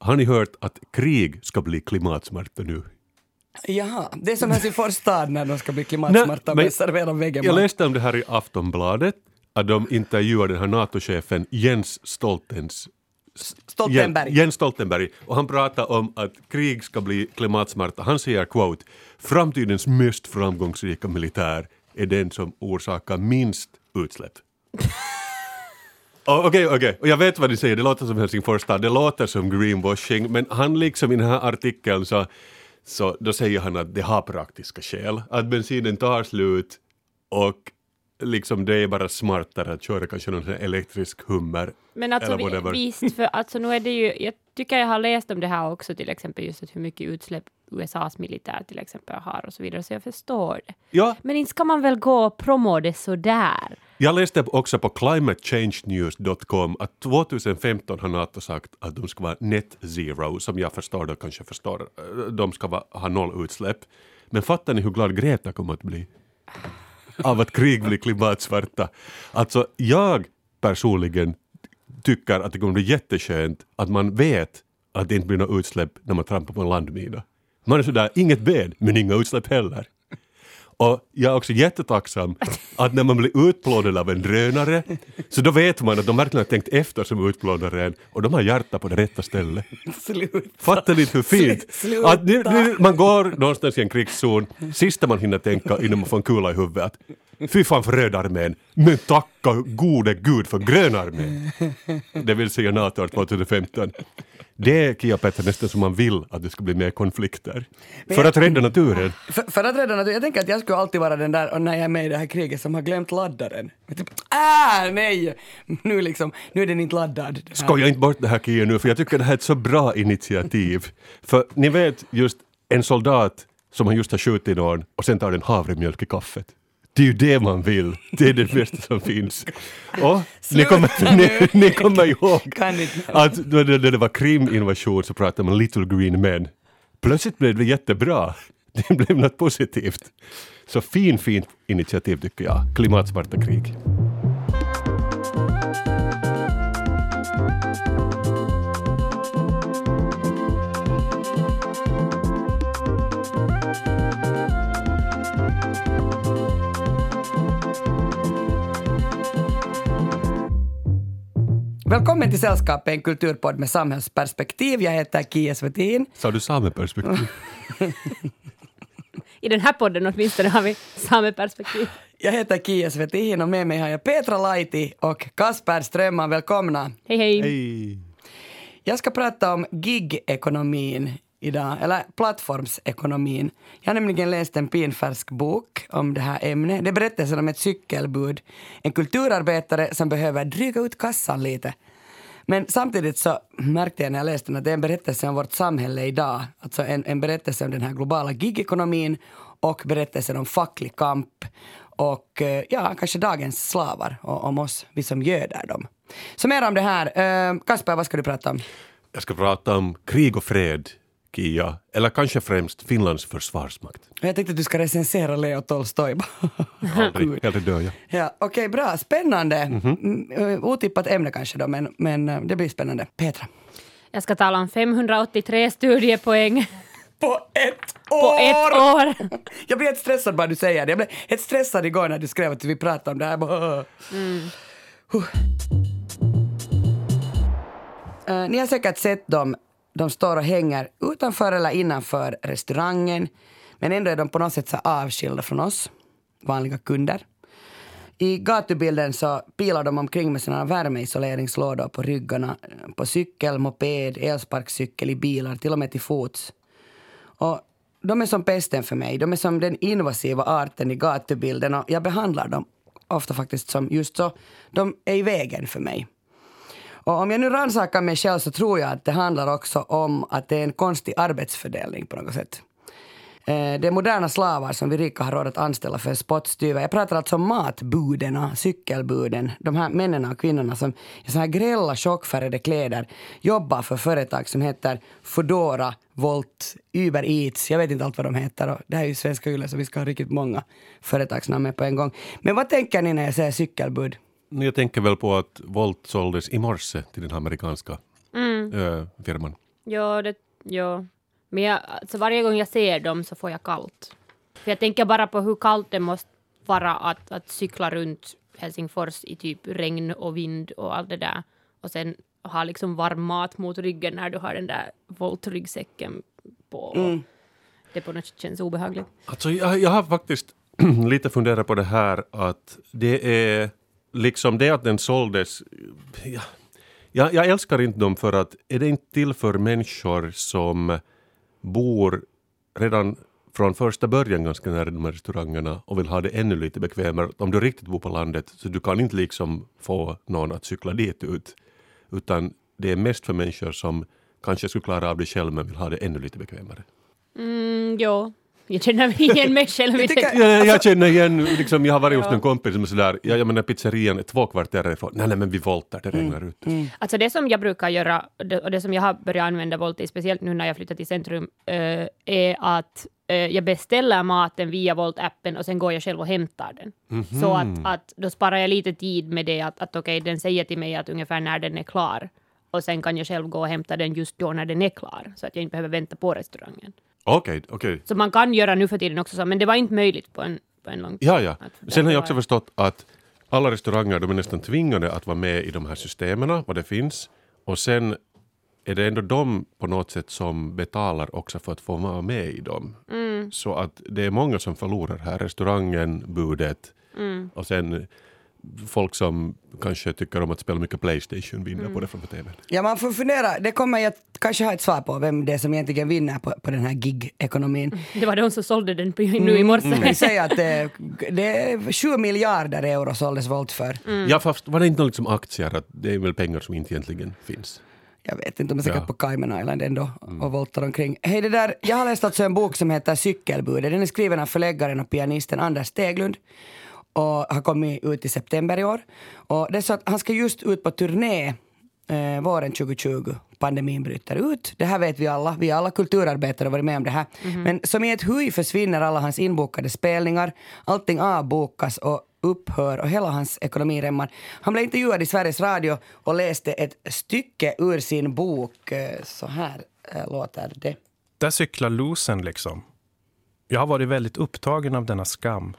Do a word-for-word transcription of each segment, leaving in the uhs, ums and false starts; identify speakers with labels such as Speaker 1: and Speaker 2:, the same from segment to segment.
Speaker 1: har ni hört att krig ska bli klimatsmarta nu?
Speaker 2: Jaha, det är som Helsingfors stad när de ska bli klimatsmarta och servera väggen.
Speaker 1: Jag läste om det här i Aftonbladet, att de intervjuade den här NATO-chefen Jens Stoltens
Speaker 2: Stoltenberg.
Speaker 1: Jens Stoltenberg, och han pratar om att krig ska bli klimatsmarta. Han säger, quote, framtidens mest framgångsrika militär är den som orsakar minst utsläpp. Okej, okej. Okay, okay. Och jag vet vad du säger, det låter som Helsingfors stad, det låter som greenwashing, men han liksom i den här artikeln så, så då säger han att det har praktiska skäl. Att bensinen tar slut och liksom det är bara smartare att köra kanske någon elektrisk hummer.
Speaker 3: Men alltså vi, visst, för alltså nu är det ju, jag tycker jag har läst om det här också, till exempel just att hur mycket utsläpp U S A:s militär till exempel har och så vidare, så jag förstår det.
Speaker 1: Ja.
Speaker 3: Men inte ska man väl gå och promo det så där.
Speaker 1: Jag läste också på climate change news dot com att tjugohundrafemton har NATO sagt att de ska vara net zero, som jag förstår då kanske förstår. De ska vara, ha noll utsläpp. Men fattar ni hur glad Greta kommer att bli av att krig blir klimatsvarta? Alltså jag personligen tycker att det kommer bli jätteskönt att man vet att det inte blir några utsläpp när man trampar på en landmina. Man är sådär, inget bed, men inga utsläpp heller. Och jag är också jättetacksam att när man blir utplånad av en drönare, så då vet man att de verkligen har tänkt efter som utplånaren och de har hjärta på det rätta stället.
Speaker 2: Sluta.
Speaker 1: Fattar ni hur fint?
Speaker 2: Sluta.
Speaker 1: Att nu, nu, man går någonstans i en krigszon, sista man hinner tänka innan man får en kula i huvudet. Fy fan för rödarmén, men tacka gode gud för grönarmén. Det vill säga NATO tjugohundrafemton. Det är, Kia Petter, nästan som man vill att det ska bli mer konflikter. Men för jag, att rädda naturen.
Speaker 2: För, för att rädda naturen. Jag tänker att jag skulle alltid vara den där, och när jag är med i det här kriget, som har glömt laddaren. Typ, ah, nej! Nu, liksom, nu är den inte laddad.
Speaker 1: Ska jag inte bort det här, Kia, nu? För jag tycker det här är ett så bra initiativ. För ni vet just en soldat som har just har skjutit någon och sen tar den havremjölk i kaffet. Det är ju det man vill. Det är det bästa som finns. Och ni kommer, ni, ni kommer ihåg att när det, det var Krim-invasion så pratade man Little Green Men. Plötsligt blev det jättebra. Det blev något positivt. Så fin, fin initiativ tycker jag. Klimatsmarta krig.
Speaker 2: Välkommen till Sällskapet, en kulturpodd med samhällsperspektiv. Jag heter Kia Svetin.
Speaker 1: Sa du sameperspektiv?
Speaker 3: I den här podden åtminstone har vi sameperspektiv.
Speaker 2: Jag heter Kia Svetin och med mig har jag Petra Laiti och Kasper Strömman. Välkomna.
Speaker 3: Hej, hej.
Speaker 1: Hej.
Speaker 2: Jag ska prata om gig-ekonomin idag, eller plattformsekonomin. Jag har nämligen läst en pinfärsk bok om det här ämnet. Det är berättelsen om ett cykelbud. En kulturarbetare som behöver dryga ut kassan lite. Men samtidigt så märkte jag när jag läste den att det är en berättelse om vårt samhälle idag. Alltså en, en berättelse om den här globala gigekonomin och berättelsen om facklig kamp och ja, kanske dagens slavar och om oss, vi som göder dem. Så mer om det här. Kasper, vad ska du prata om?
Speaker 1: Jag ska prata om krig och fred, Kia, eller kanske främst Finlands försvarsmakt.
Speaker 2: Jag tänkte att du ska recensera Leo Tolstoj.
Speaker 1: Aldrig, eller dör jag.
Speaker 2: Ja, okej, okay, bra. Spännande. Mm-hmm. Otippat ämne kanske då, men, men det blir spännande. Petra.
Speaker 3: Jag ska tala om femhundraåttiotre studiepoäng.
Speaker 2: På ett år!
Speaker 3: På ett år!
Speaker 2: Jag blev helt stressad bara du säger det. Jag blev helt stressad igår när du skrev att vi pratade om det här. Mm. Uh. Uh, ni har säkert sett dem. De står och hänger utanför eller innanför restaurangen. Men ändå är de på något sätt så avskilda från oss, vanliga kunder. I gatubilden så pilar de omkring med sina värmeisoleringslådor på ryggarna. På cykel, moped, elsparkcykel, i bilar, till och med till fots. Och de är som pesten för mig. De är som den invasiva arten i gatubilden. Och jag behandlar dem ofta faktiskt som just så. De är i vägen för mig. Och om jag nu rannsakar mig själv så tror jag att det handlar också om att det är en konstig arbetsfördelning på något sätt. Det är moderna slavar som vi rika har råd att anställa för spottstyver. Jag pratar alltså om matbuderna, cykelbuden. De här männen och kvinnorna som i så här grälla, tjockfärgade kläder jobbar för företag som heter Foodora, Volt, Uber Eats. Jag vet inte allt vad de heter. Och det här är ju svenska yle så vi ska ha riktigt många företagsnamn med på en gång. Men vad tänker ni när jag säger cykelbud?
Speaker 1: Jag tänker väl på att Volt såldes i morse till den amerikanska mm. äh, firman.
Speaker 3: Ja, det, ja. Men jag, alltså varje gång jag ser dem så får jag kallt. För jag tänker bara på hur kallt det måste vara att, att cykla runt Helsingfors i typ regn och vind och allt det där. Och sen ha liksom varm mat mot ryggen när du har den där voltryggsäcken på. Mm. Det på något sätt känns obehagligt.
Speaker 1: Alltså jag, jag har faktiskt lite funderat på det här att det är liksom det att den såldes. Ja, jag, jag älskar inte dem för att är det inte till för människor som bor redan från första början ganska nära de här restaurangerna och vill ha det ännu lite bekvämare. Om du riktigt bor på landet så du kan inte liksom få någon att cykla dit ut. Utan det är mest för människor som kanske skulle klara av det själv men vill ha det ännu lite bekvämare.
Speaker 3: Mm, ja, jag känner igen mig själv.
Speaker 1: jag, tycker, jag, jag känner igen, liksom, jag har varit hos en kompis som är sådär, jag, jag menar pizzerian är två kvarter ifrån. Nej, nej, men vi voltar, det regnar
Speaker 3: mm.
Speaker 1: ut.
Speaker 3: Mm. Alltså det som jag brukar göra och det som jag har börjat använda volt i, speciellt nu när jag flyttat till centrum, äh, är att äh, jag beställer maten via Volt-appen och sen går jag själv och hämtar den. Mm-hmm. Så att, att då sparar jag lite tid med det att, att okej, okay, den säger till mig att ungefär när den är klar. Och sen kan jag själv gå och hämta den just då när den är klar. Så att jag inte behöver vänta på restaurangen.
Speaker 1: Okej, okay, okej. Okay.
Speaker 3: Så man kan göra nu för tiden också så. Men det var inte möjligt på en, på en lång tid.
Speaker 1: Ja, ja. Sen har jag också förstått att alla restauranger de är nästan tvingade att vara med i de här systemen, vad det finns. Och sen är det ändå de på något sätt som betalar också för att få vara med i dem. Mm. Så att det är många som förlorar här. Restaurangen, budet mm. och sen folk som kanske tycker om att spela mycket PlayStation vinner mm. på det från T V.
Speaker 2: Ja, man får fundera. Det kommer jag kanske ha ett svar på vem det är som egentligen vinner på, på den här gig-ekonomin.
Speaker 3: Det var de som sålde den på, nu i morse.
Speaker 2: Mm. Jag säger att det, det är sju miljarder euro såldes Volt för.
Speaker 1: Mm. Ja, fast var det inte liksom aktier? Att det är väl pengar som inte egentligen finns?
Speaker 2: Jag vet inte om jag säkert ja. på Cayman Island ändå mm. och voltar omkring. Hej, det där, jag har läst alltså en bok som heter Cykelbudet. Den är skriven av förläggaren och pianisten Anders Steglund. Och har kommit ut i september i år. Och det är så att han ska just ut på turné eh, våren tjugo tjugo. Pandemin bryter ut. Det här vet vi alla. Vi alla kulturarbetare har varit med om det här. Mm-hmm. Men som i ett huj försvinner alla hans inbokade spelningar. Allting avbokas och upphör och hela hans ekonomi rämmar. Han blev intervjuad i Sveriges Radio och läste ett stycke ur sin bok. Så här eh, låter det.
Speaker 4: Där cyklar losen liksom. Jag har varit väldigt upptagen av denna skam.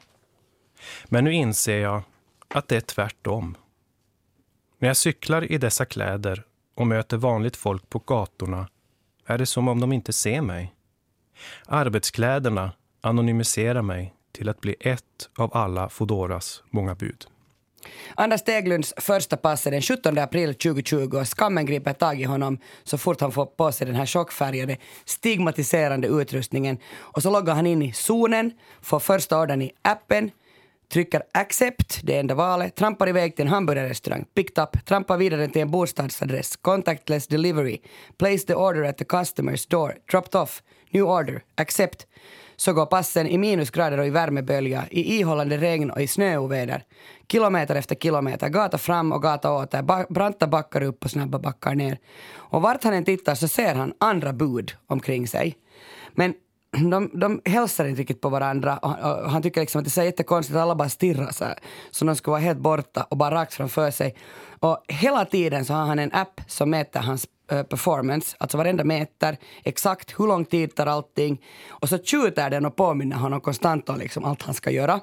Speaker 4: Men nu inser jag att det är tvärtom. När jag cyklar i dessa kläder och möter vanligt folk på gatorna är det som om de inte ser mig. Arbetskläderna anonymiserar mig till att bli ett av alla Fodoras många bud.
Speaker 2: Anders Steglunds första pass är den sjuttonde april tjugo tjugo och skammen griper tag i honom så fort han får på sig den här chockfärgade, stigmatiserande utrustningen. Och så loggar han in i zonen, får första orden i appen, trycker accept, det enda valet, trampar iväg till en hamburgerrestaurang, picked up, trampar vidare till en bostadsadress, contactless delivery, place the order at the customer's door, dropped off, new order, accept. Så går passen i minusgrader och i värmebölja, i ihållande regn och i snöoväder. Kilometer efter kilometer, gata fram och gata åter, ba- branta backar upp och snabba backar ner. Och vart han än tittar så ser han andra bud omkring sig. Men de, de hälsar inte riktigt på varandra och, och han tycker liksom att det är jättekonstigt att alla bara stirrar så här, så de ska vara helt borta och bara rakt framför sig. Och hela tiden så har han en app som mäter hans uh, performance, alltså varenda meter, exakt hur lång tid tar allting, och så tjuter den och påminner honom konstant om liksom allt han ska göra.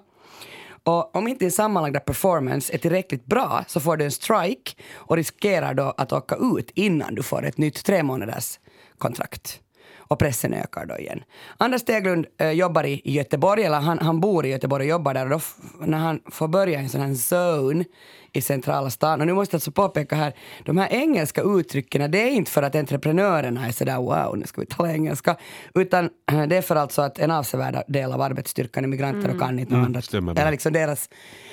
Speaker 2: Och om inte din sammanlagda performance är tillräckligt bra så får du en strike och riskerar då att åka ut innan du får ett nytt tre månaders kontrakt. Och pressen ökar då igen. Anders Steglund äh, jobbar i Göteborg, eller han, han bor i Göteborg och jobbar där. Och då f- när han får börja i en sån här zone i centrala stan. Och nu måste jag alltså påpeka här, de här engelska uttrycken, det är inte för att entreprenörerna är sådär wow, nu ska vi tala engelska. Utan äh, det är för alltså att en avsevärd del av arbetsstyrkan är migranter mm. och kan inte något mm, annat. Eller liksom deras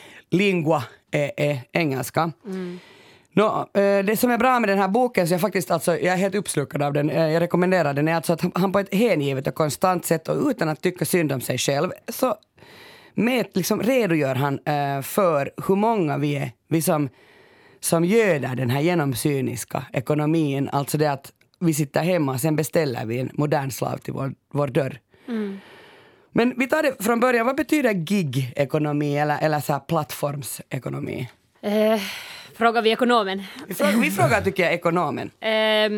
Speaker 2: lingua är, är engelska. Mm. No, det som är bra med den här boken, så jag faktiskt alltså, jag är helt uppslukad av den, jag rekommenderar den, är alltså att han på ett hängivet och konstant sätt och utan att tycka synd om sig själv så med, liksom, redogör han uh, för hur många vi är, vi som, som göder den här genomsyniska ekonomin, alltså det att vi sitter hemma och sen beställer vi en modern slav till vår, vår dörr. Mm. Men vi tar det från början, vad betyder gig-ekonomi eller, eller så här plattformsekonomi?
Speaker 3: Eh... Frågar vi ekonomen?
Speaker 2: Vi frågar, vi frågar tycker jag ekonomen.
Speaker 3: Um,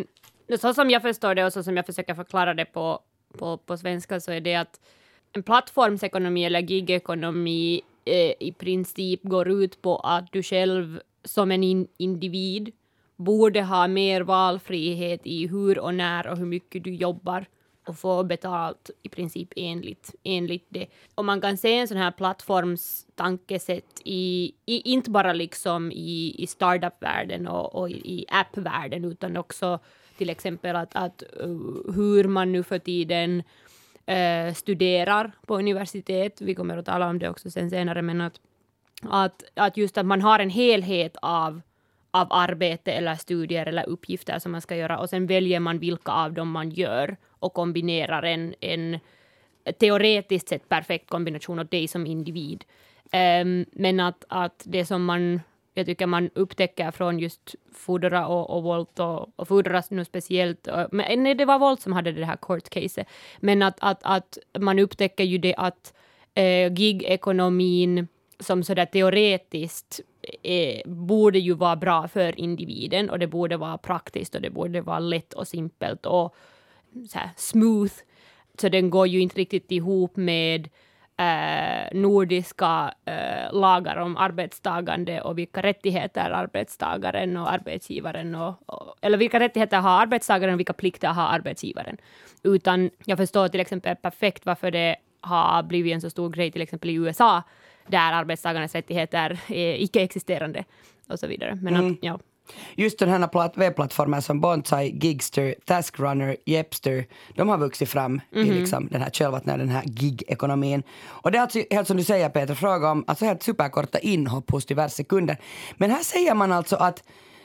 Speaker 3: Så som jag förstår det och så som jag försöker förklara det på, på, på svenska så är det att en plattformsekonomi eller gigekonomi eh, i princip går ut på att du själv som en in, individ borde ha mer valfrihet i hur och när och hur mycket du jobbar och få betalt i princip enligt, enligt det. Och man kan se en sån här plattformstankesätt i, i inte bara liksom i, i startup-världen och, och i app-världen utan också till exempel att, att uh, hur man nu för tiden uh, studerar på universitet. Vi kommer att tala om det också sen senare, men att, att, att just att man har en helhet av av arbete eller studier eller uppgifter som man ska göra och sen väljer man vilka av dem man gör och kombinerar en, en teoretiskt sett perfekt kombination av dig som individ. Um, men att, att det som man, jag tycker man upptäcker från just Foodora och, och Wolt och, och Foodora nu speciellt, och, men nej, det var Wolt som hade det här court-caset, men att, att, att man upptäcker ju det att uh, gig-ekonomin som sådär teoretiskt eh, borde ju vara bra för individen och det borde vara praktiskt och det borde vara lätt och simpelt och så här, smooth. Så den går ju inte riktigt ihop med eh, nordiska eh, lagar om arbetstagande och vilka rättigheter arbetstagaren och arbetsgivaren och, och, eller vilka rättigheter har arbetstagaren och vilka plikter har arbetsgivaren. Utan jag förstår till exempel perfekt varför det har blivit en så stor grej till exempel i U S A där arbetstagarnas rättigheter är icke-existerande och så vidare. Men
Speaker 2: Mm.
Speaker 3: att, ja.
Speaker 2: Just den här platt- webbplattformen som Bonsai, Gigster, Taskrunner, Jepster, de har vuxit fram mm-hmm. i liksom den här kölvattnet, den här gig-ekonomin. Och det är alltså, helt som du säger Peter, fråga om alltså helt superkorta inhopp hos diverse kunder. Men här säger man alltså att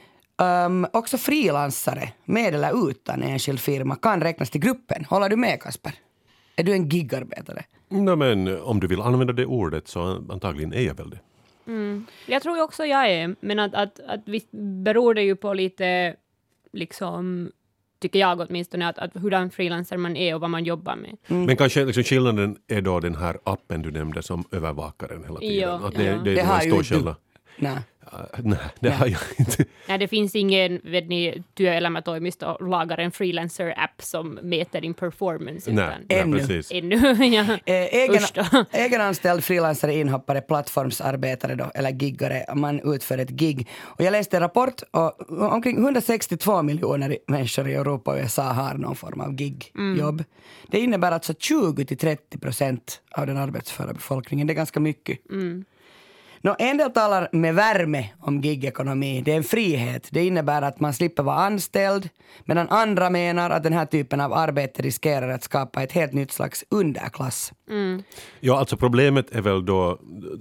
Speaker 2: um, också frilansare med eller utan enskild firma kan räknas till gruppen. Håller du med Kasper? Är du en gigarbetare?
Speaker 1: No, men om du vill använda det ordet så antagligen är jag väl det.
Speaker 3: Mm. Jag tror också jag är, men att, att, att visst beror det ju på lite, liksom, tycker jag åtminstone, att, att hurdan frilanser man är och vad man jobbar med.
Speaker 1: Mm. Men kanske liksom, skillnaden är då den här appen du nämnde som övervakar den hela tiden.
Speaker 3: Jo,
Speaker 1: att det,
Speaker 3: ja.
Speaker 1: det, det,
Speaker 2: Det
Speaker 1: är
Speaker 2: har
Speaker 1: en
Speaker 2: ju
Speaker 1: stor
Speaker 2: du.
Speaker 1: skillnad.
Speaker 2: Nej.
Speaker 1: Uh, nej, det
Speaker 2: Nej.
Speaker 1: har jag inte.
Speaker 3: Nej, det finns ingen, vet ni, työelämätoimisto och lagar en freelancer-app som mäter din performance.
Speaker 1: Nej,
Speaker 3: Utan,
Speaker 1: nej,
Speaker 2: Ännu.
Speaker 1: precis.
Speaker 3: ännu, ja.
Speaker 2: Eh, egen,
Speaker 3: Usch då.
Speaker 2: egenanställd frilansare, inhoppare, plattformsarbetare då, eller giggare, man utför ett gig. Och jag läste en rapport och omkring hundrasextiotvå miljoner människor i Europa och U S A har någon form av gigjobb. Mm. Det innebär alltså tjugo till trettio procent av den arbetsföra befolkningen. Det är ganska mycket.
Speaker 3: Mm.
Speaker 2: Nå, en del talar med värme om gigekonomi. Det är en frihet. Det innebär att man slipper vara anställd. Medan andra menar att den här typen av arbete riskerar att skapa ett helt nytt slags underklass.
Speaker 3: Mm.
Speaker 1: Ja, alltså problemet är väl då,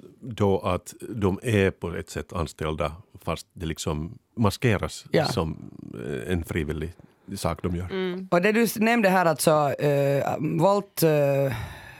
Speaker 1: då att de är på ett sätt anställda fast det liksom maskeras
Speaker 2: Ja.
Speaker 1: som en frivillig sak de gör.
Speaker 3: Mm.
Speaker 2: Och det du nämnde här alltså, äh, Volt, äh,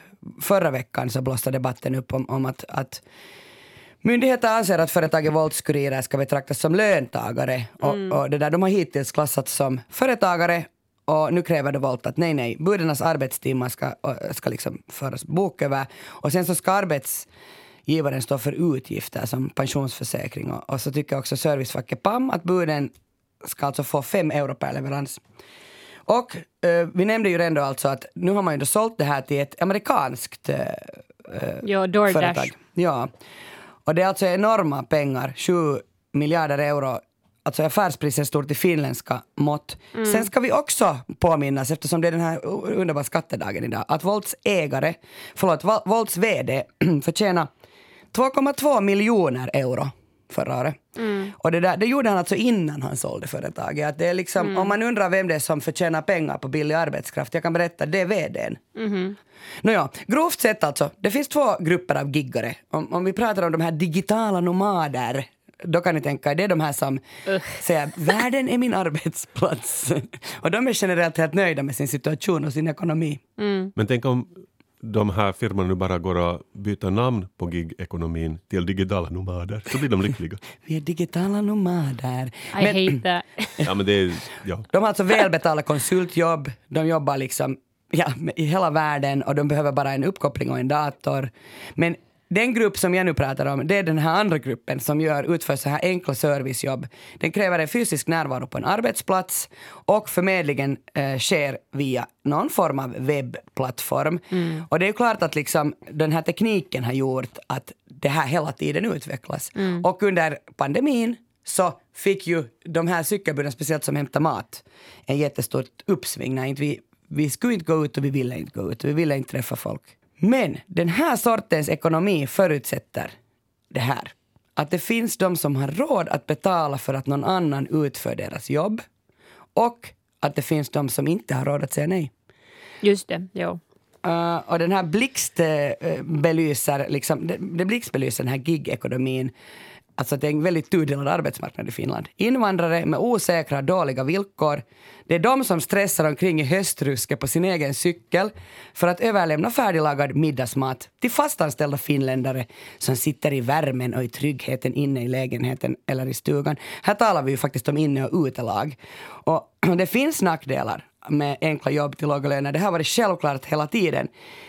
Speaker 2: förra veckan så blåste debatten upp om, om att, att myndigheter anser att företaget Volts kurirer ska betraktas som löntagare och, mm. och det där, de har hittills klassats som företagare och nu kräver det Volt att nej, nej, budarnas arbetstimmar ska, ska liksom föras bok över och sen så ska arbetsgivaren stå för utgifter som pensionsförsäkring och, och så tycker också servicefacket P A M att buden ska alltså få fem euro per leverans. Och eh, vi nämnde ju redan då alltså att nu har man ju då sålt det här till ett amerikanskt eh,
Speaker 3: Ja, DoorDash.
Speaker 2: företag. Ja. Och det är alltså enorma pengar, sju miljarder euro, alltså affärspriser stort i finländska mått. Mm. Sen ska vi också påminnas, eftersom det är den här underbara skattedagen idag, att Volts ägare, förlåt, Volts vd förtjänar två komma två miljoner euro förra året. Mm. Och det, där, det gjorde han alltså innan han sålde företaget. Att det är liksom, mm. om man undrar vem det är som förtjänar pengar på billig arbetskraft, jag kan berätta, det är vdn. Mm. Nåja, grovt sett alltså, det finns två grupper av giggare. Om, om vi pratar om de här digitala nomader, då kan ni tänka, det är de här som uh. säger, världen är min arbetsplats. Och de är generellt helt nöjda med sin situation och sin ekonomi.
Speaker 3: Mm.
Speaker 1: Men tänk om de här firmorna nu bara går att byta namn på gig-ekonomin till digitala nomader, så blir de lyckliga.
Speaker 2: Vi är digitala nomader.
Speaker 3: I men, hate that.
Speaker 1: Ja, men det är, ja.
Speaker 2: De har alltså välbetalda konsultjobb, de jobbar liksom ja, i hela världen och de behöver bara en uppkoppling och en dator. Men den grupp som jag nu pratar om, det är den här andra gruppen som gör, utför så här enkla servicejobb. Den kräver en fysisk närvaro på en arbetsplats och förmedlingen eh, sker via någon form av webbplattform. Mm. Och det är ju klart att liksom, den här tekniken har gjort att det här hela tiden utvecklas. Mm. Och under pandemin så fick ju de här cykelbuden, speciellt som hämtar mat, en jättestort uppsving. När inte vi, vi skulle inte gå ut och vi ville inte gå ut. Vi ville inte träffa folk. Men den här sortens ekonomi förutsätter det här. Att det finns de som har råd att betala för att någon annan utför deras jobb. Och att det finns de som inte har råd att säga nej.
Speaker 3: Just det, jo.
Speaker 2: Uh, och den här blixt uh, belyser, liksom, det, det blixtbelyser den här gig-ekonomin. Alltså det är en väldigt tudelad arbetsmarknad i Finland. Invandrare med osäkra, dåliga villkor. Det är de som stressar omkring i höstruske på sin egen cykel för att överlämna färdiglagad middagsmat till fastanställda finländare som sitter i värmen och i tryggheten inne i lägenheten eller i stugan. Här talar vi ju faktiskt om inne- och utelag. Och det finns nackdelar med enkla jobb till låga löner. Det har varit självklart hela tiden.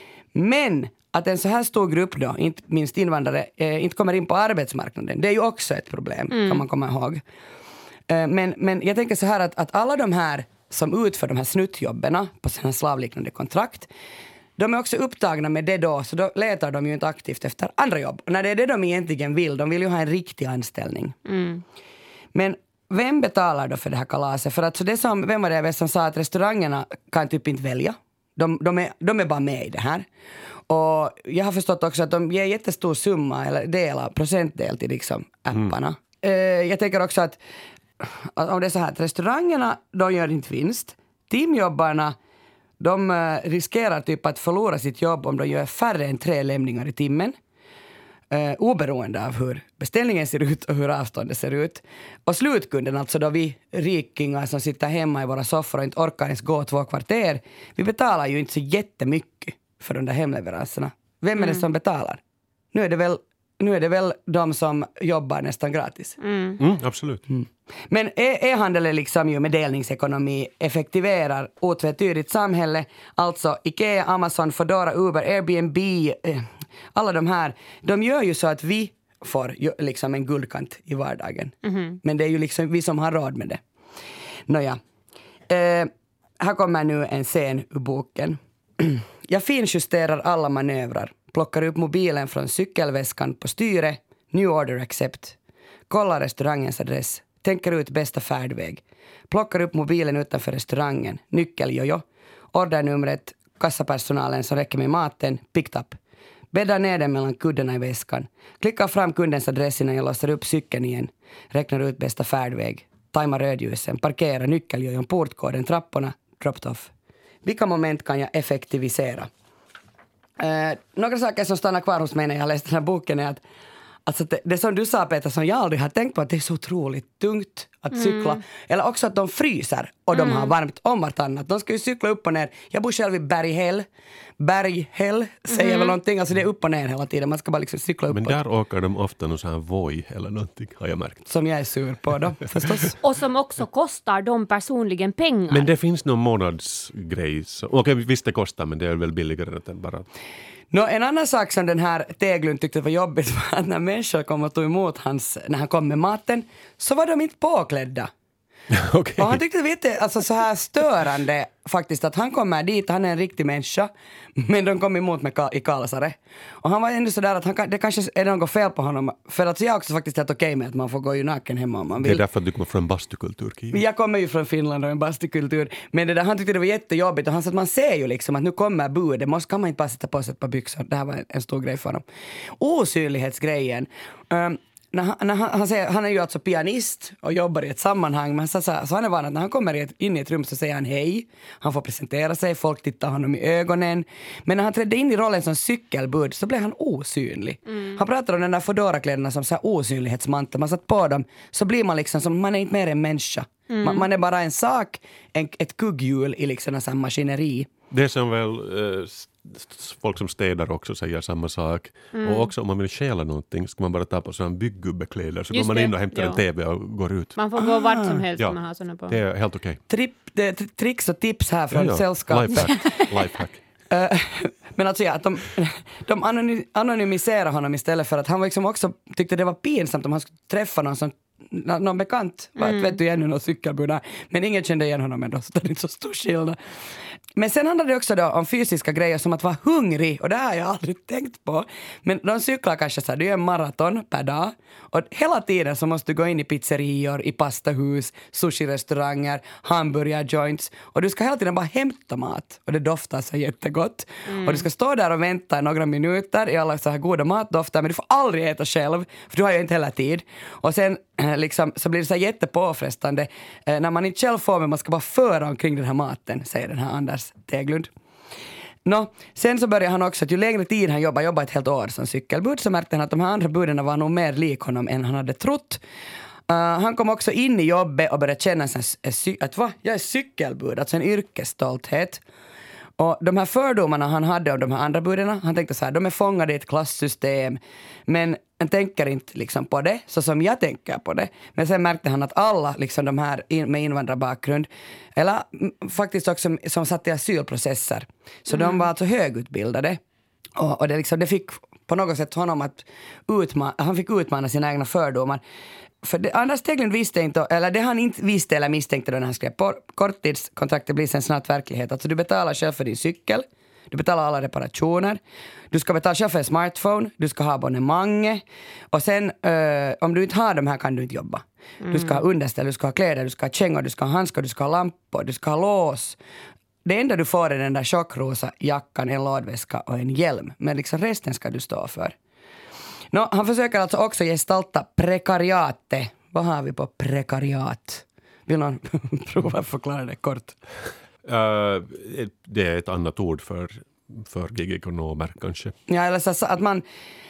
Speaker 2: Men att en så här stor grupp då, inte minst invandrare, eh, inte kommer in på arbetsmarknaden. Det är ju också ett problem, mm. kan man komma ihåg. Eh, men, men jag tänker så här att, att alla de här som utför de här snuttjobberna på sina slavliknande kontrakt, de är också upptagna med det då, så då letar de ju inte aktivt efter andra jobb. Och när det är det de egentligen vill, de vill ju ha en riktig anställning. Mm. Men vem betalar då för det här kalaset? För att så det som, vem var det som sa att restaurangerna kan typ inte välja. De, de, är, de är bara med i det här. Och jag har förstått också att de ger jättestor summa eller delar, procentdel till liksom apparna. Mm. Uh, jag tänker också att om det är så här att restaurangerna, de gör inte vinst. Teamjobbarna, de uh, riskerar typ att förlora sitt jobb om de gör färre än tre lämningar i timmen. Uh, oberoende av hur beställningen ser ut och hur avståndet ser ut. Och slutkunden, alltså då vi rikingar som sitter hemma i våra soffor och inte orkar ens gå två kvarter, vi betalar ju inte så jättemycket för de där hemleveranserna. Vem är mm. det som betalar? Nu är det väl, nu är det väl de som jobbar nästan gratis.
Speaker 1: Mm. Mm, absolut. Mm.
Speaker 2: Men e- e-handel är liksom ju med delningsekonomi effektiverar otvetydigt samhälle. Alltså Ikea, Amazon, Foodora, Uber, Airbnb, eh, alla de här. De gör ju så att vi får ju, liksom en guldkant i vardagen. Mm. Men det är ju liksom vi som har råd med det. Nåja. Eh, här kommer nu en scen ur boken. Jag finjusterar alla manövrar. Plockar upp mobilen från cykelväskan på styre. New order accept. Kollar restaurangens adress. Tänker ut bästa färdväg. Plockar upp mobilen utanför restaurangen. Nyckeljojo. Ordernumret. Kassapersonalen som räcker med maten. Picked up. Bäddar ner den mellan kuddarna i väskan. Klickar fram kundens adress innan jag låser upp cykeln igen. Räknar ut bästa färdväg. Tajmar rödljusen. Parkerar nyckeljojon, portkoden, trapporna. Dropped off. Vilka moment kan jag effektivisera? Eh, några saker som stannar kvar hos mig när jag läste den här boken är att alltså det, det som du sa, Peter, som jag aldrig har tänkt på, att det är så otroligt tungt att cykla. Mm. Eller också att de fryser och de mm. har varmt om vartannat. De ska ju cykla upp och ner. Jag bor själv i Berghäll. Berghäll säger mm. väl någonting. Alltså det är upp och ner hela tiden. Man ska bara liksom cykla upp.
Speaker 1: Men där och... åker de ofta någon sån här voj eller någonting, har jag märkt.
Speaker 2: Som jag är sur på då, förstås.
Speaker 3: Och som också kostar dem personligen pengar.
Speaker 1: Men det finns någon månadsgrej. Okej, okay, visst det kostar, men det är väl billigare än bara...
Speaker 2: Nå, en annan sak som den här Teglund tyckte var jobbigt var att när människor kom och tog emot hans, när han kom med maten, så var de inte påklädda.
Speaker 1: Okay.
Speaker 2: Och han tyckte det var jätte, alltså så här störande faktiskt att han kommer dit, han är en riktig människa, men de kom emot med i kalsare. Och han var ändå sådär att han, det kanske är något fel på honom, för att jag också faktiskt är okej okay med att man får gå ju naken hemma om man vill.
Speaker 1: Det är därför att du kommer från bastukultur, Kiva.
Speaker 2: Jag kommer ju från Finland och en bastukultur, men det där, han tyckte det var jättejobbigt och han sa att man ser ju liksom att nu kommer budet, måste kan man inte bara sätta på sig ett par byxor. Det här var en stor grej för honom. Osynlighetsgrejen. Um, När han, när han, han, säger, han är ju alltså pianist och jobbar i ett sammanhang, men så, så, så han är van att när han kommer i ett, in i ett rum så säger han hej, han får presentera sig, folk tittar honom i ögonen, men när han trädde in i rollen som cykelbud så blev han osynlig. Mm. Han pratar om den där Foodora-kläderna som så här osynlighetsmantel, man satt på dem så blir man liksom som, man är inte mer en människa. Mm. Man, man är bara en sak, en, ett kugghjul i liksom en sån maskineri.
Speaker 1: Det som väl eh, folk som städar också säger samma sak. Mm. Och också om man vill stjäla någonting ska man bara ta på sådana bygggubbekläder så
Speaker 3: just
Speaker 1: går man in och
Speaker 3: det.
Speaker 1: hämtar
Speaker 3: ja.
Speaker 1: en tv och går ut.
Speaker 3: Man får gå ah. vart som helst ja. man har såna på.
Speaker 1: Det är helt okej. Okay.
Speaker 2: Tripp, det, tricks och tips här från
Speaker 1: ja, ja.
Speaker 2: sällskap.
Speaker 1: Lifehack. Lifehack.
Speaker 2: uh, Men alltså ja, att de, de anony- anonymiserade honom istället för att han var liksom också tyckte det var pinsamt om han skulle träffa någon som någon bekant. Mm. Vet du igen någon cykelbud? Men ingen kände igen honom ändå, så det är inte så stor skillnad. Men sen handlar det också då om fysiska grejer som att vara hungrig, och det har jag aldrig tänkt på. Men de cyklar kanske så här, det är en maraton per dag, och hela tiden så måste du gå in i pizzerior, i pastahus, sushi-restauranger, hamburgerjoints, och du ska hela tiden bara hämta mat, och det doftar så jättegott. Mm. Och du ska stå där och vänta i några minuter i alla så här goda matdofter, men du får aldrig äta själv, för du har ju inte heller tid. Och sen liksom, så blir det så här jättepåfrestande eh, när man inte själv får, men man ska bara föra omkring den här maten, säger den här Anders Teglund. Nå, sen så började han också att ju längre tid han jobbar, jobbar ett helt år som cykelbud, så märkte han att de här andra buden var nog mer lik honom än han hade trott. Uh, han kom också in i jobbet och började känna sig att va, jag är cykelbud, alltså en yrkesstolthet. Och de här fördomarna han hade om de här andra budena, han tänkte så här, de är fångade i ett klassystem, men han tänker inte liksom på det så som jag tänker på det. Men sen märkte han att alla liksom de här in, med invandrarbakgrund, eller m, faktiskt också som, som satt i asylprocesser, så mm. de var alltså högutbildade. Och, och det, liksom, det fick på något sätt honom att utmana, han fick utmana sina egna fördomar. För det, Anders Teglund visste inte, eller det han inte visste eller misstänkte då när han skrev på korttidskontraktet blir sen snart verklighet. Alltså du betalar själv för din cykel, du betalar alla reparationer, du ska betala själv för en smartphone, du ska ha abonnemanget, och sen uh, om du inte har de här kan du inte jobba. Mm. Du ska ha underställ, du ska ha kläder, du ska ha kängor, du ska ha handskar, du ska ha lampor, du ska ha lås. Det enda du får är den där tjockrosa jackan, en lådväska och en hjälm, men liksom resten ska du stå för. No, han försöker alltså också gestalta prekariatet. Vad har vi på prekariat? Vill någon prova förklara det kort?
Speaker 1: Uh, det är ett annat ord för, för gigekonomer kanske.
Speaker 2: Ja, eller så att man...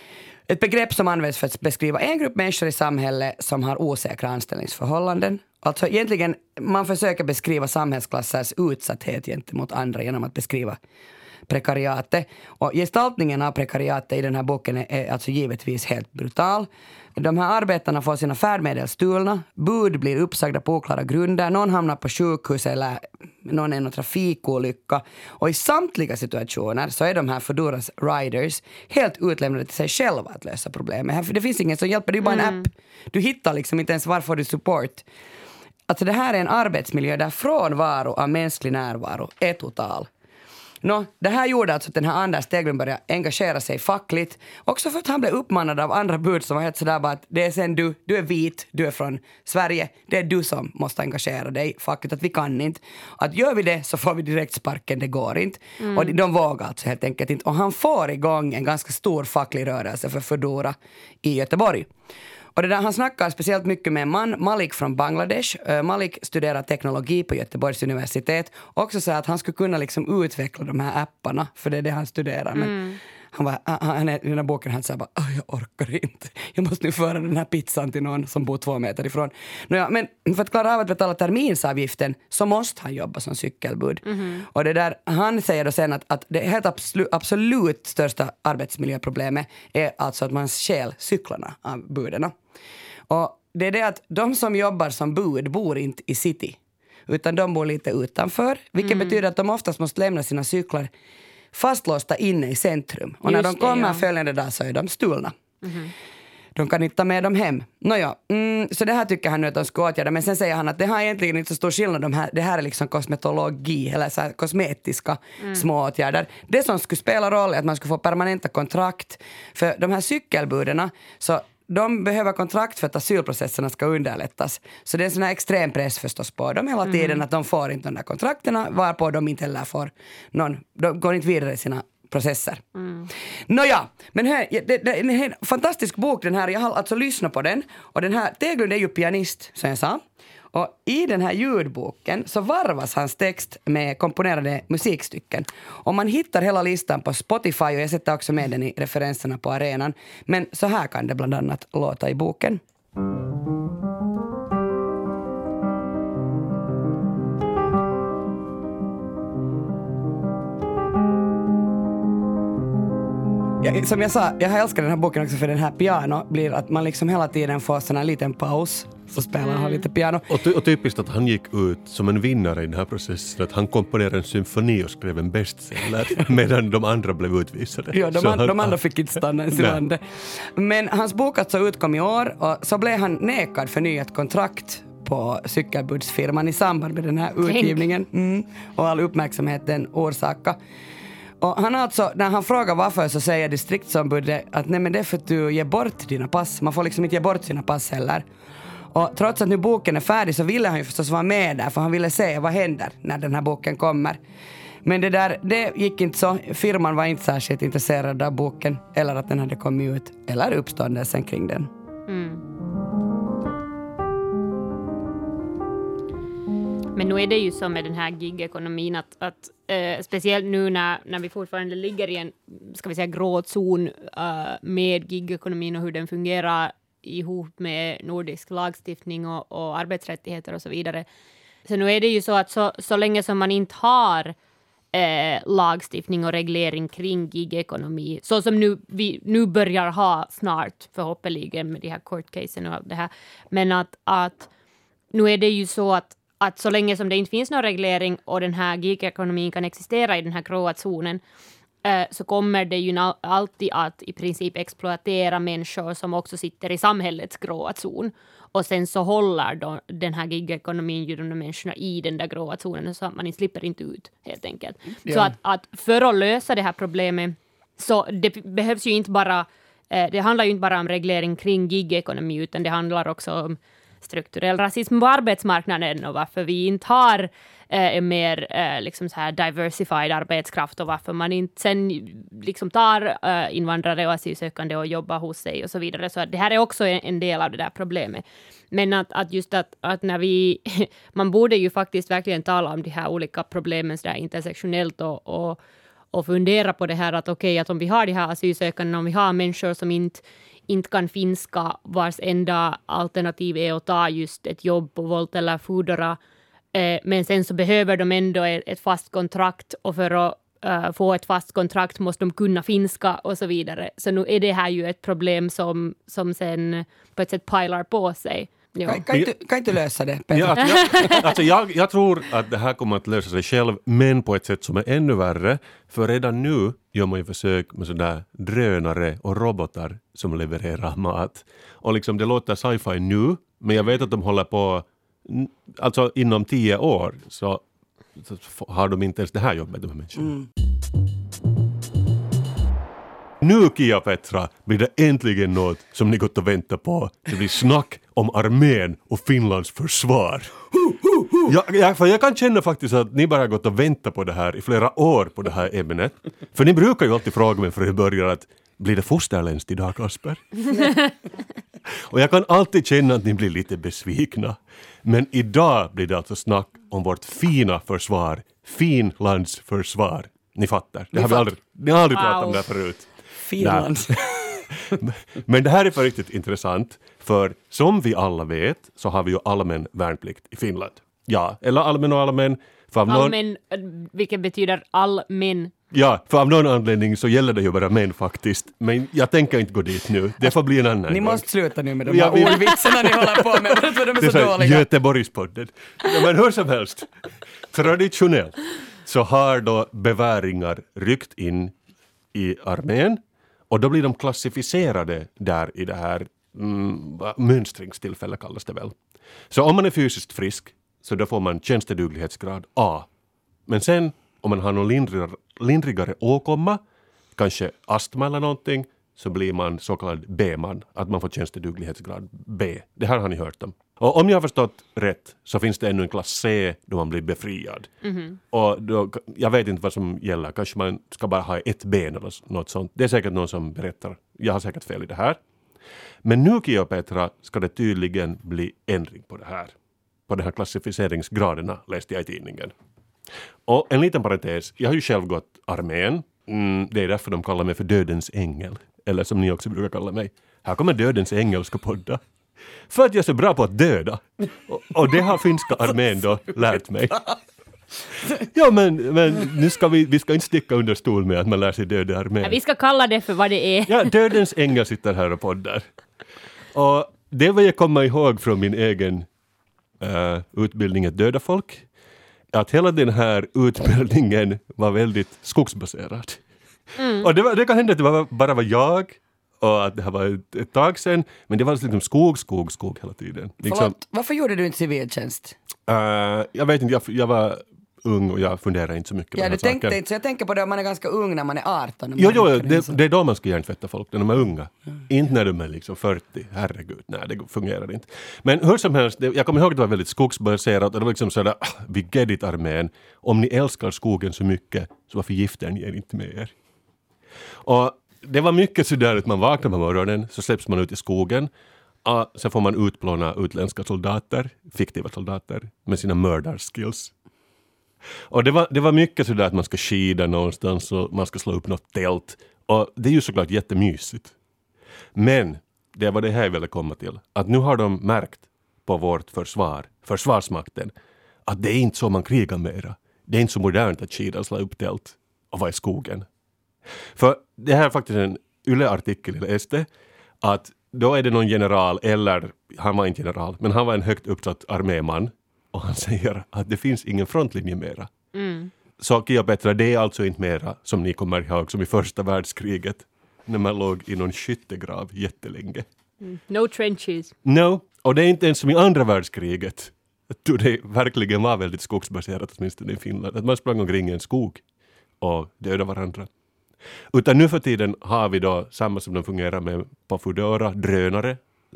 Speaker 2: Ett begrepp som används för att beskriva en grupp människor i samhället som har osäkra anställningsförhållanden. Alltså egentligen, man försöker beskriva samhällsklassers utsatthet gentemot andra genom att beskriva prekariatet. Och gestaltningen av prekariatet i den här boken är, är alltså givetvis helt brutal. De här arbetarna får sina färdmedel stulna, bud blir uppsagda på oklara grunder, någon hamnar på sjukhus eller någon är en trafikolycka. Och i samtliga situationer så är de här Foodoras riders helt utlämnade till sig själva att lösa problemet. För det finns ingen som hjälper, det är bara en
Speaker 3: Mm.
Speaker 2: app. Du hittar liksom inte ens varför du support. Alltså det här är en arbetsmiljö där frånvaro av mänsklig närvaro är total. Nå, det här gjorde alltså att den här Anders Teglund började engagera sig fackligt. Också för att han blev uppmanad av andra bud som var helt sådär bara att det är sen du, du är vit, du är från Sverige. Det är du som måste engagera dig fackligt, att vi kan inte. Att gör vi det så får vi direkt sparken, det går inte. Mm. Och de vågar alltså helt enkelt inte. Och han får igång en ganska stor facklig rörelse för Foodora i Göteborg. Och det där, han snackar speciellt mycket med en man, Malik från Bangladesh. Uh, Malik studerar teknologi på Göteborgs universitet. Också så att han skulle kunna liksom utveckla de här apparna, för det är det han studerar. Men
Speaker 3: Mm.
Speaker 2: han var, han är i den här boken, han sa bara, jag orkar inte. Jag måste nu föra den här pizzan till någon som bor två meter ifrån. Nåja, men för att klara av att betala terminsavgiften så måste han jobba som cykelbud. Mm. Och det där, han säger då sen att, att det helt absolut, absolut största arbetsmiljöproblemet är alltså att man stjäl cyklarna av buderna. Och det är det att de som jobbar som bud bor inte i city, utan de bor lite utanför, vilket mm. betyder att de oftast måste lämna sina cyklar fastlåsta inne i centrum. Och
Speaker 3: Just
Speaker 2: när de
Speaker 3: det,
Speaker 2: kommer
Speaker 3: ja.
Speaker 2: följande dag så är de stulna.
Speaker 3: Mm.
Speaker 2: De kan inte ta med dem hem. Nåja, mm, så det här tycker han nu att de ska åtgärda. Men sen säger han att det har egentligen inte så stor skillnad. De här, det här är liksom kosmetologi eller så här kosmetiska mm. små åtgärder. Det som skulle spela roll är att man skulle få permanenta kontrakt. För de här cykelbuderna, så de behöver kontrakt för att asylprocesserna ska underlättas. Så det är en sån här extrem press förstås på dem hela tiden mm. att de får inte de där kontrakterna, varpå de inte heller får någon, de går inte vidare i sina processer. Mm. Nåja, men här, det, det är en fantastisk bok den här, jag har alltså lyssnat på den, och den här Teglund är ju pianist som jag sa. Och i den här ljudboken så varvas hans text med komponerade musikstycken. Och man hittar hela listan på Spotify, och jag sätter också med den i referenserna på arenan. Men så här kan det bland annat låta i boken. jag, som jag sa, jag älskar den här boken också för den här piano blir att man liksom hela tiden får sån här liten paus så spelar han lite piano.
Speaker 1: Och, ty- och typiskt att han gick ut som en vinnare i den här processen, att han komponerade en symfoni och skrev en bestseller medan de andra blev utvisade.
Speaker 2: Ja, de,
Speaker 1: Så
Speaker 2: an-
Speaker 1: han,
Speaker 2: de andra fick inte stanna ens i
Speaker 1: Nej.
Speaker 2: landet. Men hans bok alltså utkom i år och så blev han nekad förnyat kontrakt på cykelbudsfirman i samband med den här utgivningen. Mm. Och all uppmärksamhet den orsaka. Och han alltså, när han frågar varför så säger distriktsombudet att nej men det är för att du ger bort dina pass. Man får liksom inte ge bort sina pass heller. Och trots att nu boken är färdig så ville han ju förstås vara med där för han ville se vad händer när den här boken kommer. Men det där, det gick inte så. Firman var inte särskilt intresserad av boken eller att den hade kommit ut eller uppståndelsen kring den.
Speaker 3: Mm. Men nu är det ju så med den här gigekonomin att, att eh, speciellt nu när, när vi fortfarande ligger i en, ska vi säga, gråzon uh, med gigekonomin och hur den fungerar ihop med nordisk lagstiftning och, och arbetsrättigheter och så vidare. Så nu är det ju så att så, så länge som man inte har eh, lagstiftning och reglering kring gigekonomi, så som nu, vi nu börjar ha snart förhoppningsvis med de här courtcasen och allt det här, men att, att nu är det ju så att att så länge som det inte finns någon reglering och den här gigekonomin kan existera i den här gråa zonen eh, så kommer det ju na- alltid att i princip exploatera människor som också sitter i samhällets gråa zon. Och sen så håller då den här gigekonomin ju de människorna i den där gråa zonen så att man inte slipper inte ut helt enkelt.
Speaker 2: Ja.
Speaker 3: Så att, att för att lösa det här problemet så det behövs ju inte bara, eh, det handlar ju inte bara om reglering kring gigekonomi utan det handlar också om strukturell rasism på arbetsmarknaden och varför vi inte har eh, en mer eh, liksom så här diversified arbetskraft och varför man inte sen liksom tar eh, invandrare och asylsökande och jobbar hos sig och så vidare. Så det här är också en, en del av det där problemet. Men att, att just att, att när vi, man borde ju faktiskt verkligen tala om de här olika problemen så där intersektionellt och, och, och fundera på det här att okej, okay, att om vi har de här asylsökande, om vi har människor som inte inte kan finska, vars enda alternativ är att ta just ett jobb på Volt eller Foodora. Eh, men sen så behöver de ändå ett, ett fast kontrakt och för att uh, få ett fast kontrakt måste de kunna finska och så vidare. Så nu är det här ju ett problem som, som sen på ett sätt pilar på sig. Ja.
Speaker 2: Kan, kan, inte, kan inte lösa det, Peter?
Speaker 1: Ja, jag, alltså jag, jag tror att det här kommer att lösa sig själv, men på ett sätt som är ännu värre. För redan nu gör man ju försök med sådär drönare och robotar som levererar mat. Och liksom det låter sci-fi nu, men jag vet att de håller på, alltså inom tio år så, så har de inte ens det här jobbet, de här människorna. Mm. Nu, Kia Petra, blir det äntligen något som ni gått och väntat på. Det blir snack om armén och Finlands försvar. Jag, jag, för jag kan känna faktiskt att ni bara har gått och väntat på det här i flera år på det här ämnet. För ni brukar ju alltid fråga mig för i början att blir det fosterländskt idag, Kasper? Och jag kan alltid känna att ni blir lite besvikna. Men idag blir det alltså snack om vårt fina försvar. Finlands försvar. Ni fattar. Det har vi aldrig, ni har aldrig
Speaker 3: Wow.
Speaker 1: pratat om det här förut.
Speaker 2: Finland.
Speaker 1: Men det här är för riktigt intressant, för som vi alla vet så har vi ju allmän värnplikt i Finland. Ja, eller allmän och allmän. För av någon,
Speaker 3: Allmän, vilket betyder allmän.
Speaker 1: ja, för av någon anledning så gäller det ju bara män faktiskt. Men jag tänker inte gå dit nu. Det får bli en annan
Speaker 2: Ni
Speaker 1: gång.
Speaker 2: måste sluta nu med de
Speaker 1: Ja,
Speaker 2: här
Speaker 1: vi-
Speaker 2: ordvitsarna ni håller på med. För de är
Speaker 1: Det är
Speaker 2: så
Speaker 1: så
Speaker 2: dåliga.
Speaker 1: Göteborgspodden. Ja, men hur som helst, traditionellt så har då beväringar ryckt in i armén och då blir de klassificerade där i det här mm, mönstringstillfälle kallas det väl. Så om man är fysiskt frisk så då får man tjänsteduglighetsgrad A. Men sen om man har någon lindrigare, lindrigare åkomma, kanske astma eller någonting, så blir man så kallad B-man, att man får tjänsteduglighetsgrad B. Det här har ni hört om. Och om jag har förstått rätt så finns det ännu en klass C då man blir befriad. Mm-hmm. Och då, jag vet inte vad som gäller, kanske man ska bara ha ett ben eller något sånt. Det är säkert någon som berättar, jag har säkert fel i det här. Men nu, Kia och Petra, ska det tydligen bli ändring på det här. På de här klassificeringsgraderna läste jag i tidningen. Och en liten parentes, jag har ju själv gått armén. Mm, det är därför de kallar mig för dödens ängel. Eller som ni också brukar kalla mig. Här kommer dödens ängel ska podda. För att jag är så bra på att döda. Och, och det har finska armén då lärt mig. Ja, men, men nu ska vi, vi ska inte sticka under stol med att man lär sig döda armén.
Speaker 3: Ja, vi ska kalla det för vad det är.
Speaker 1: Ja, dödens ängel sitter här och poddar. Och det vill jag komma ihåg från min egen uh, utbildning att döda folk. Att hela den här utbildningen var väldigt skogsbaserad. Mm. Och det, var, det kan hända att det var, bara var jag och att det här var ett, ett tag sedan. Men det var liksom skog, skog, skog hela tiden. Liksom,
Speaker 2: Förlåt, varför gjorde du inte civiltjänst?
Speaker 1: Uh, jag vet inte, jag, jag var ung och jag funderar inte så mycket på
Speaker 2: Ja,
Speaker 1: den här
Speaker 2: du tänkte
Speaker 1: saken.
Speaker 2: inte, så jag tänker på det om man är ganska ung när man är arton.
Speaker 1: Jo, jo, det, det är då man ska hjärntvätta folk, när de är unga. Mm. Inte när de är liksom fyrtio, herregud, nej det fungerar inte. Men hur som helst, det, jag kommer ihåg att det var väldigt skogsbaserat och det var liksom sådär, ah, vi get it armén, om ni älskar skogen så mycket så varför gifter ni er inte med er? Och det var mycket sådär att man vaknar på morgonen så släpps man ut i skogen. Och sen får man utplåna utländska soldater, fiktiva soldater, med sina mördarskills. Och det var, det var mycket sådär att man ska skida någonstans och man ska slå upp något tält. Och det är ju såklart jättemysigt. Men det var det här jag ville komma till. Att nu har de märkt på vårt försvar, försvarsmakten, att det är inte så man krigar mera. Det är inte så modernt att skida och slå upp tält och vara i skogen. För det här är faktiskt en Yle-artikel jag läste, att då är det någon general, eller han var inte general, men han var en högt uppsatt arméman. Och han säger att det finns ingen frontlinje mera. Mm. Så Kia Petra, det är alltså inte mera som ni kommer ihåg som i första världskriget. När man låg i någon skyttegrav jättelänge.
Speaker 3: Mm. No trenches.
Speaker 1: No, och det är inte ens som i andra världskriget. Då det verkligen var väldigt skogsbaserat, åtminstone i Finland. Att man sprang omkring i en skog och dödade varandra. Utan nu för tiden har vi då samma som de fungerar med på Foodora, drönare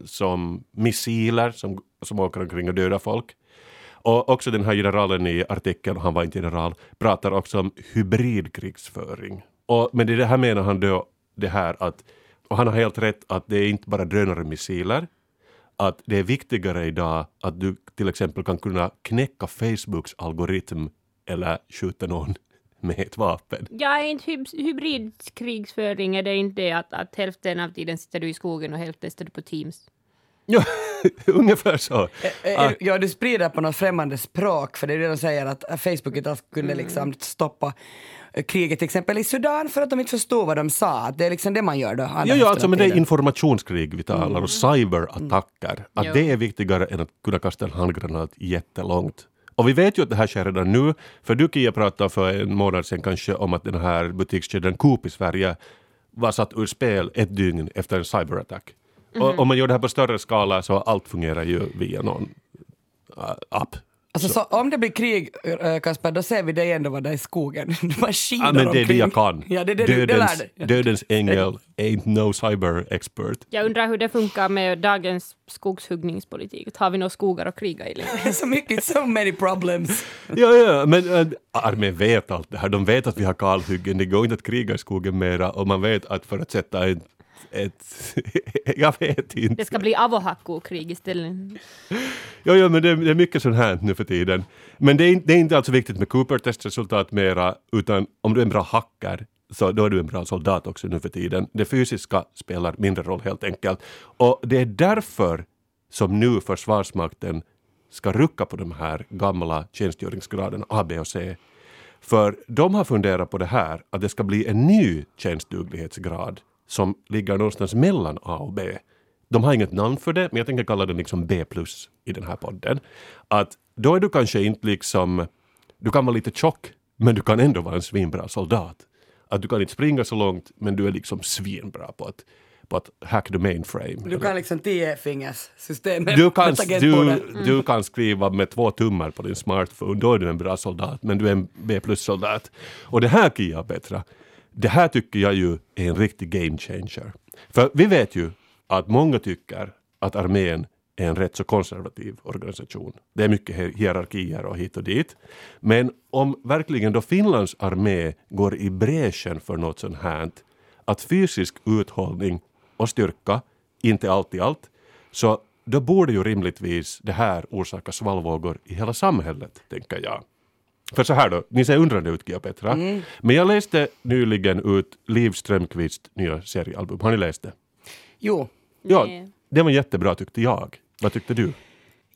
Speaker 1: som missiler som, som åker omkring och dödar folk. Och också den här generalen i artikeln, han var inte general, pratar också om hybridkrigsföring. Och, men det här menar han då det här att, och han har helt rätt att det är inte bara drönare missiler, att det är viktigare idag att du till exempel kan kunna knäcka Facebooks algoritm eller skjuta någon med ett vapen.
Speaker 3: Ja, inte hy- hybridkrigsföring är det inte det att, att hälften av tiden sitter du i skogen och hälften sitter du på Teams.
Speaker 1: Ja, ungefär så.
Speaker 2: Ah. Ja, du sprider på något främmande språk, för det är det de säger att Facebook inte alls kunde mm. liksom stoppa kriget till exempel i Sudan för att de inte förstod vad de sa. Det är liksom det man gör då.
Speaker 1: Ja, ja alltså men det är informationskrig vi talar mm. och cyberattacker. Mm. Att jo. Det är viktigare än att kunna kasta en handgranat jättelångt. Och vi vet ju att det här sker redan nu, för du Kia pratade för en månad sedan kanske om att den här butikskedjan Coop i Sverige var satt ur spel ett dygn efter en cyberattack. Mm-hmm. Och om man gör det här på större skala så allt fungerar ju via någon uh, app.
Speaker 2: Alltså så. Så om det blir krig, äh, Kasper, då ser vi dig ändå vara där i skogen. Man skidar
Speaker 1: ja, men det är
Speaker 2: omkring.
Speaker 1: det jag kan.
Speaker 2: Ja, det är det
Speaker 1: dödens,
Speaker 2: du, det
Speaker 1: dödens ängel ain't no cyber expert.
Speaker 3: Jag undrar hur det funkar med dagens skogshuggningspolitik. Har vi några skogar att kriga i längre?
Speaker 2: Så mycket, so many problems.
Speaker 1: Ja, ja, men äh, armén vet allt det här. De vet att vi har kalhyggen. Det går inte att kriga i skogen mera. Och man vet att för att sätta en Ett, jag vet inte.
Speaker 3: Det ska bli avohakko-krig istället.
Speaker 1: Ja, ja, men det, det är mycket sånt här nu för tiden. Men det är, det är inte alltså viktigt med Cooper-testresultat mera, utan om du är en bra hacker så då är du en bra soldat också nu för tiden. Det fysiska spelar mindre roll helt enkelt. Och det är därför som nu Försvarsmakten ska rucka på de här gamla tjänstgöringsgraderna A, B och C. För de har funderat på det här, att det ska bli en ny tjänstduglighetsgrad som ligger någonstans mellan A och B. De har inget namn för det, men jag tänker kalla det liksom B plus i den här podden. Att då är du kanske inte liksom, du kan vara lite tjock, men du kan ändå vara en svinbra soldat. Att du kan inte springa så långt, men du är liksom svinbra på att, på att hack the mainframe.
Speaker 2: Du kan liksom tio-fingers-systemet.
Speaker 1: Du kan, du, mm. du kan skriva med två tummar på din smartphone, då är du en bra soldat, men du är en B plus-soldat. Och det här, Kia Petra, det här tycker jag ju är en riktig game changer. För vi vet ju att många tycker att armén är en rätt så konservativ organisation. Det är mycket hierarkier och hit och dit. Men om verkligen då Finlands armé går i bräschen för något sånt här, att fysisk uthållning och styrka inte alltid allt, så då borde ju rimligtvis det här orsaka svallvågor i hela samhället, tänker jag. För så här då, ni ser undrande ut, Kia Petra. Mm. Men jag läste nyligen ut Liv Strömqvists nya seriealbum. Har ni läst det?
Speaker 2: Jo.
Speaker 1: Ja, det var jättebra tyckte jag. Vad tyckte du?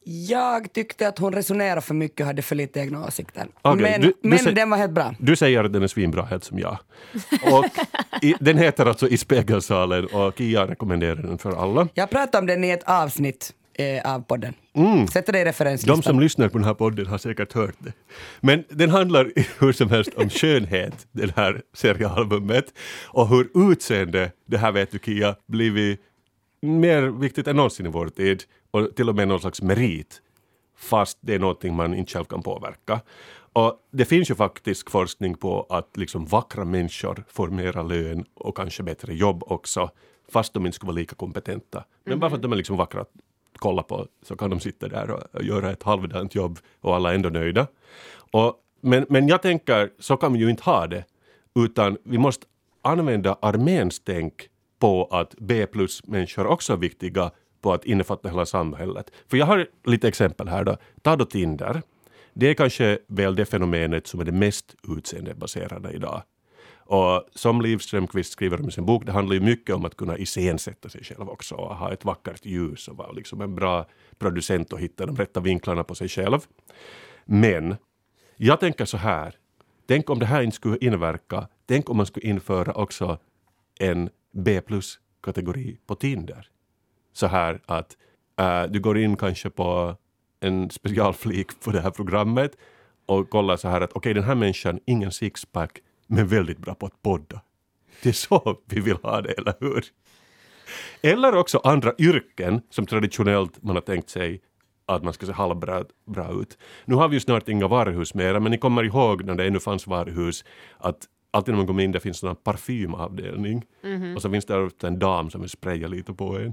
Speaker 2: Jag tyckte att hon resonerade för mycket och hade för lite egna åsikter.
Speaker 1: Okay,
Speaker 2: men
Speaker 1: du, du
Speaker 2: men
Speaker 1: sä-
Speaker 2: den var helt bra.
Speaker 1: Du säger att den är svinbra, helt som jag. Och i, den heter alltså I spegelsalen och Kia rekommenderar den för alla.
Speaker 2: Jag pratade om den i ett avsnitt eh, av podden. Mm. Sätter det i referenslistan.
Speaker 1: De som lyssnar på den här podden har säkert hört det. Men den handlar hur som helst om skönhet, den här seriealbumet. Och hur utseende, det här vet du Kia, blivit mer viktigt än någonsin i vår tid. Och till och med någon slags merit. Fast det är någonting man inte själv kan påverka. Och det finns ju faktiskt forskning på att liksom vackra människor får mera lön och kanske bättre jobb också. Fast de inte skulle vara lika kompetenta. Men mm. bara för att de är liksom vackra att kolla på så kan de sitta där och göra ett halvdant jobb och alla är ändå nöjda. Och, men, men jag tänker, så kan vi ju inte ha det. Utan vi måste använda arméns tänk på att B plus människor också är viktiga på att innefatta hela samhället. För jag har lite exempel här då. Ta då Tinder. Det är kanske väl det fenomenet som är det mest utseendebaserade idag. Och som Liv Strömquist skriver om i sin bok, det handlar ju mycket om att kunna iscensätta sig själv också och ha ett vackert ljus och vara liksom en bra producent och hitta de rätta vinklarna på sig själv. Men jag tänker så här, tänk om det här inte skulle inverka, tänk om man skulle införa också en B plus-kategori på Tinder. Så här att äh, du går in kanske på en specialflik på det här programmet och kollar så här att okej, okay, den här människan, ingen sixpack, men väldigt bra på att podda. Det är så vi vill ha det, eller hur? Eller också andra yrken som traditionellt man har tänkt sig att man ska se halvbra bra ut. Nu har vi ju snart inga varuhus mer, men ni kommer ihåg när det ännu fanns varuhus att alltid när man kommer in där finns en parfymavdelning. Mm-hmm. Och så finns det en dam som vill spraya lite på en.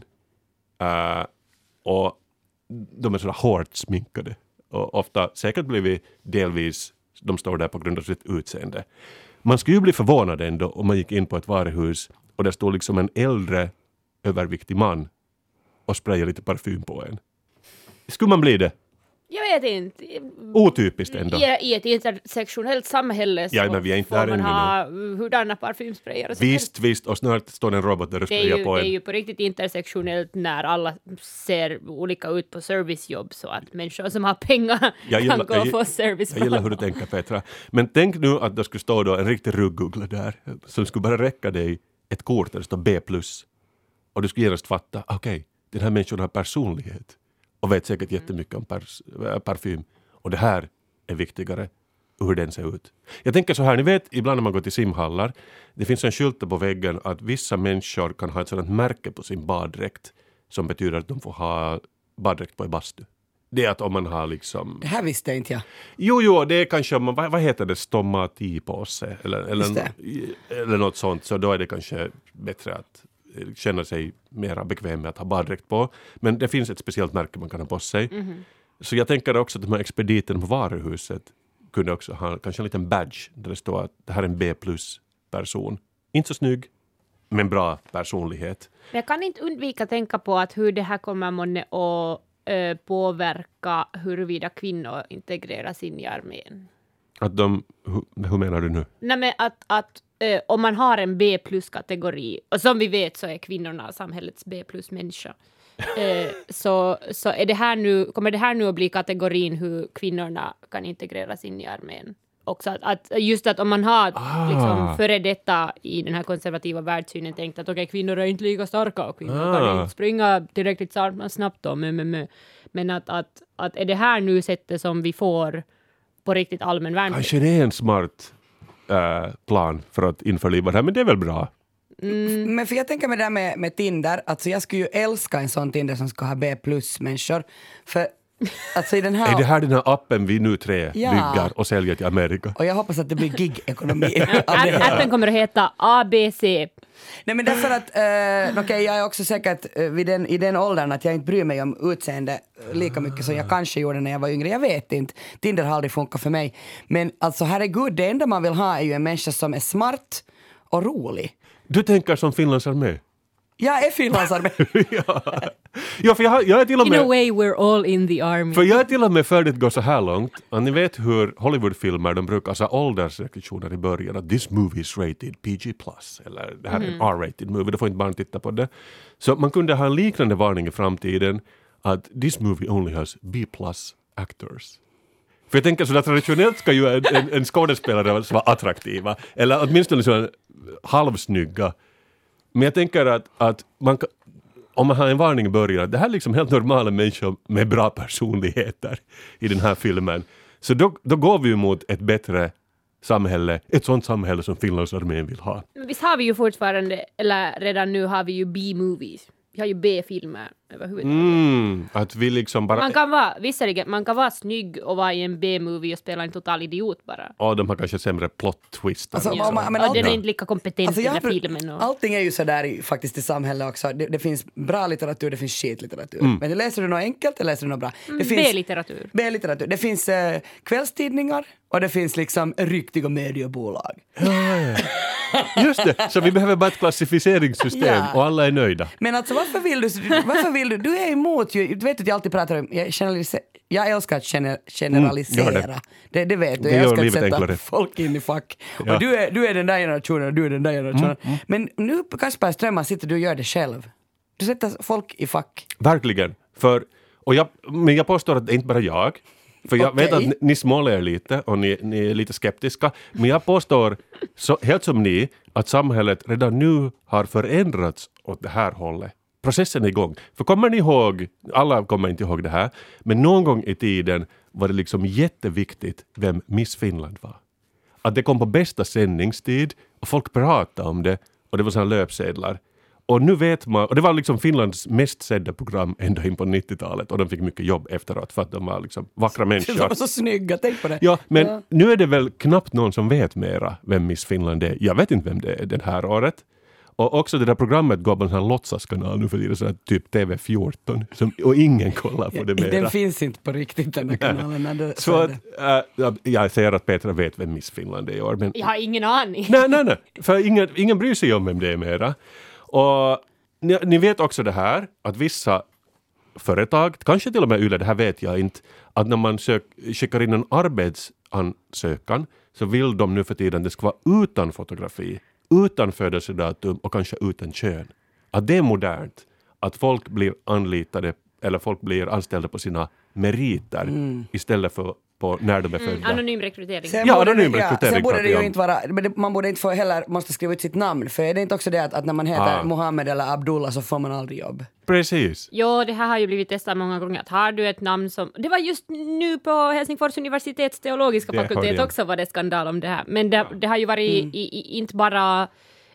Speaker 1: Uh, och de är sådär hårt sminkade. Och ofta säkert blir vi delvis, de står där på grund av sitt utseende. Man skulle ju bli förvånad ändå om man gick in på ett varuhus och där stod liksom en äldre överviktig man och sprayade lite parfym på en. Skulle man bli det?
Speaker 3: Jag vet inte.
Speaker 1: Otypiskt ändå.
Speaker 3: I, i ett intersektionellt samhälle så
Speaker 1: ja, men vi är inte
Speaker 3: får
Speaker 1: där
Speaker 3: man
Speaker 1: ännu
Speaker 3: ha hurdana parfymsprayare.
Speaker 1: Visst, visst. Och snart står en robot där och sprayar på en.
Speaker 3: Det är ju på riktigt intersektionellt när alla ser olika ut på servicejobb så att människor som har pengar jag kan gillar, gå och få service.
Speaker 1: Jag gillar hur du tänker, Petra. Men tänk nu att det skulle stå då en riktig rugguggla där som skulle bara räcka dig ett kort där det står B plus. Och du skulle genast fatta, okej, okay, den här människan har personlighet. Och vet säkert jättemycket om pers- parfym. Och det här är viktigare hur den ser ut. Jag tänker så här, ni vet ibland när man går till simhallar. Det finns en skylt på väggen att vissa människor kan ha ett sådant märke på sin baddräkt. Som betyder att de får ha baddräkt på en bastu. Det är att om man har liksom...
Speaker 2: Det här visste inte jag.
Speaker 1: Jo, jo, det är kanske om man, vad, vad heter det, stomati på sig. Eller, eller, eller något sånt. Så då är det kanske bättre att känner sig mer bekväm med att ha baddräkt på. Men det finns ett speciellt märke man kan ha på sig. Mm-hmm. Så jag tänker också att de här expediten på varuhuset kunde också ha kanske en liten badge där det står att det här är en B plus person. Inte så snygg, men bra personlighet.
Speaker 3: Men jag kan inte undvika att tänka på att hur det här kommer månne att äh, påverka huruvida kvinnor integreras in i armén.
Speaker 1: Att de, hur, hur menar du nu?
Speaker 3: Nej, men att, att Uh, om man har en B plus-kategori, och som vi vet så är kvinnorna samhällets B plus-människa, uh, så, så är det här nu, kommer det här nu att bli kategorin hur kvinnorna kan integreras in i armén. Också att, att just att om man har ah. liksom, före detta i den här konservativa världssynen tänkt att okay, kvinnor är inte lika starka och kvinnor ah. kan inte springa tillräckligt snabbt då, men, men, men, men att, att, att är det här nu sättet som vi får på riktigt allmän värnplikt?
Speaker 1: Kanske det är en smart Uh, plan för att införliva det här, men det är väl bra.
Speaker 2: Mm. Men för jag tänker med det där med, med Tinder, alltså jag skulle ju älska en sån Tinder som ska ha B plus människor. För alltså i den här...
Speaker 1: Är det här den här appen vi nu tre ja. bygger och säljer till Amerika?
Speaker 2: Och jag hoppas att det blir gig-ekonomi.
Speaker 3: Appen kommer att heta A B C.
Speaker 2: Nej, men därför att uh, okay, jag är också säkert uh, vid den, i den åldern att jag inte bryr mig om utseende lika mycket som jag kanske gjorde när jag var yngre. Jag vet inte. Tinder har aldrig funkat för mig. Men alltså herregud, det enda man vill ha är ju en människa som är smart och rolig.
Speaker 1: Du tänker som Finlands armé?
Speaker 2: Jag är Finlandsarmé.
Speaker 1: ja. ja, för jag, jag är till och med...
Speaker 3: In a way we're all in the army.
Speaker 1: För jag är till och med färdigt gå så här långt. Och ni vet hur Hollywoodfilmer, de brukar ha åldersrektioner i början. Att this movie is rated P G plus. Eller det här mm. är en R-rated movie, då får inte barn titta på det. Så man kunde ha en liknande varning i framtiden. att this movie only has B plus actors. För jag tänker så att traditionellt ska ju en, en, en skådespelare vara attraktiva, eller åtminstone så halvsnygga. Men jag tänker att, att man kan, om man har en varning i början, det här är liksom helt normala människor med bra personligheter i den här filmen. Så då, då går vi ju mot ett bättre samhälle, ett sånt samhälle som Finlandsarmén vill ha.
Speaker 3: Men visst har vi ju fortfarande, eller redan nu har vi ju B-movies. Vi har ju B-filmer överhuvudtaget.
Speaker 1: Mm, att vi liksom bara...
Speaker 3: Man kan vara, visserligen, man kan vara snygg och vara i en B-movie och spela en total idiot bara.
Speaker 1: Och de har kanske sämre plot-twist.
Speaker 2: Alltså,
Speaker 3: Ja.
Speaker 2: man, men
Speaker 3: och
Speaker 2: allt-
Speaker 3: den är inte lika kompetent
Speaker 2: Alltså,
Speaker 3: i den
Speaker 2: jag-
Speaker 3: här filmen. Och...
Speaker 2: Allting är ju så där i, faktiskt i samhället också. Det, det finns bra litteratur, det finns skitlitteratur.
Speaker 1: Mm.
Speaker 2: Men läser du något enkelt eller läser du något bra? Det finns
Speaker 3: B-litteratur.
Speaker 2: B-litteratur. Det finns eh, kvällstidningar och det finns liksom riktiga mediebolag.
Speaker 1: Just det, så vi behöver bara ett klassificeringssystem
Speaker 2: Ja.
Speaker 1: och alla är nöjda.
Speaker 2: Men alltså varför vill du, varför vill du, du är emot ju, du vet att jag alltid pratar om, jag, generalise, jag älskar att gener, generalisera.
Speaker 1: Mm, gör det.
Speaker 2: det. Det vet du,
Speaker 1: Det
Speaker 2: jag
Speaker 1: gör
Speaker 2: älskar att
Speaker 1: livet
Speaker 2: sätta
Speaker 1: enklare.
Speaker 2: folk in i fack.
Speaker 1: Ja.
Speaker 2: Och du är, du är den där generationen och du är den där generationen.
Speaker 1: Mm,
Speaker 2: Men nu på Kasper Strömmar sitter du och gör det själv. Du sätter folk i fack.
Speaker 1: Verkligen. För, och jag, men jag påstår att det är inte bara jag. För jag
Speaker 2: Okej.
Speaker 1: vet att ni, ni småler lite och ni, ni är lite skeptiska. Men jag påstår, så, helt som ni, att samhället redan nu har förändrats åt det här hållet. Processen är igång. För kommer ni ihåg, alla kommer inte ihåg det här, men någon gång i tiden var det liksom jätteviktigt vem Miss Finland var. Att det kom på bästa sändningstid och folk pratade om det och det var sådana löpsedlar. Och nu vet man, och det var liksom Finlands mest sedda program ända in på nittiotalet och de fick mycket jobb efteråt för att de var liksom vackra
Speaker 2: De
Speaker 1: människor.
Speaker 2: var så snygga, tänk på det.
Speaker 1: Ja, men
Speaker 2: Ja.
Speaker 1: nu är det väl knappt någon som vet mera vem Miss Finland är. Jag vet inte vem det är det här året. Och också det där programmet går på en sån här låtsaskanal nu för det är så här typ T V fjorton som, och ingen kollar på det mera.
Speaker 2: Den finns inte på riktigt den här kanalen. När det,
Speaker 1: Så att, äh, jag säger att Petra vet vem Miss Finland är i år. Men
Speaker 3: Jag har ingen aning.
Speaker 1: nej, nej, nej. För ingen, ingen bryr sig om vem det är mera. Och ni, ni vet också det här, att vissa företag, kanske till och med Yle, det här vet jag inte, att när man sök, skickar in en arbetsansökan så vill de nu för tiden att det ska vara utan fotografi, utan födelsedatum och kanske utan kön. Att det är modernt, att folk blir anlitade eller folk blir anställda på sina meriter istället för på när de är födda.
Speaker 3: Mm, anonym rekrytering.
Speaker 2: Sen
Speaker 1: Ja,
Speaker 2: borde
Speaker 1: anonym
Speaker 2: det-
Speaker 1: rekrytering
Speaker 2: sen borde
Speaker 1: pratar
Speaker 2: det
Speaker 1: jag
Speaker 2: ju
Speaker 1: om.
Speaker 2: inte vara, men det, man borde inte få heller måste skriva ut sitt namn, för är det inte också det att, att när man heter
Speaker 1: Ah.
Speaker 2: Mohammed eller Abdullah så får man aldrig jobb?
Speaker 1: Precis.
Speaker 3: Jo, det här har ju blivit testat många gånger. Att har du ett namn som... Det var just nu på Helsingfors universitets teologiska
Speaker 1: Det hörde
Speaker 3: fakultet
Speaker 1: jag.
Speaker 3: också var det skandal om det här. Men det, det har ju varit i, i, inte bara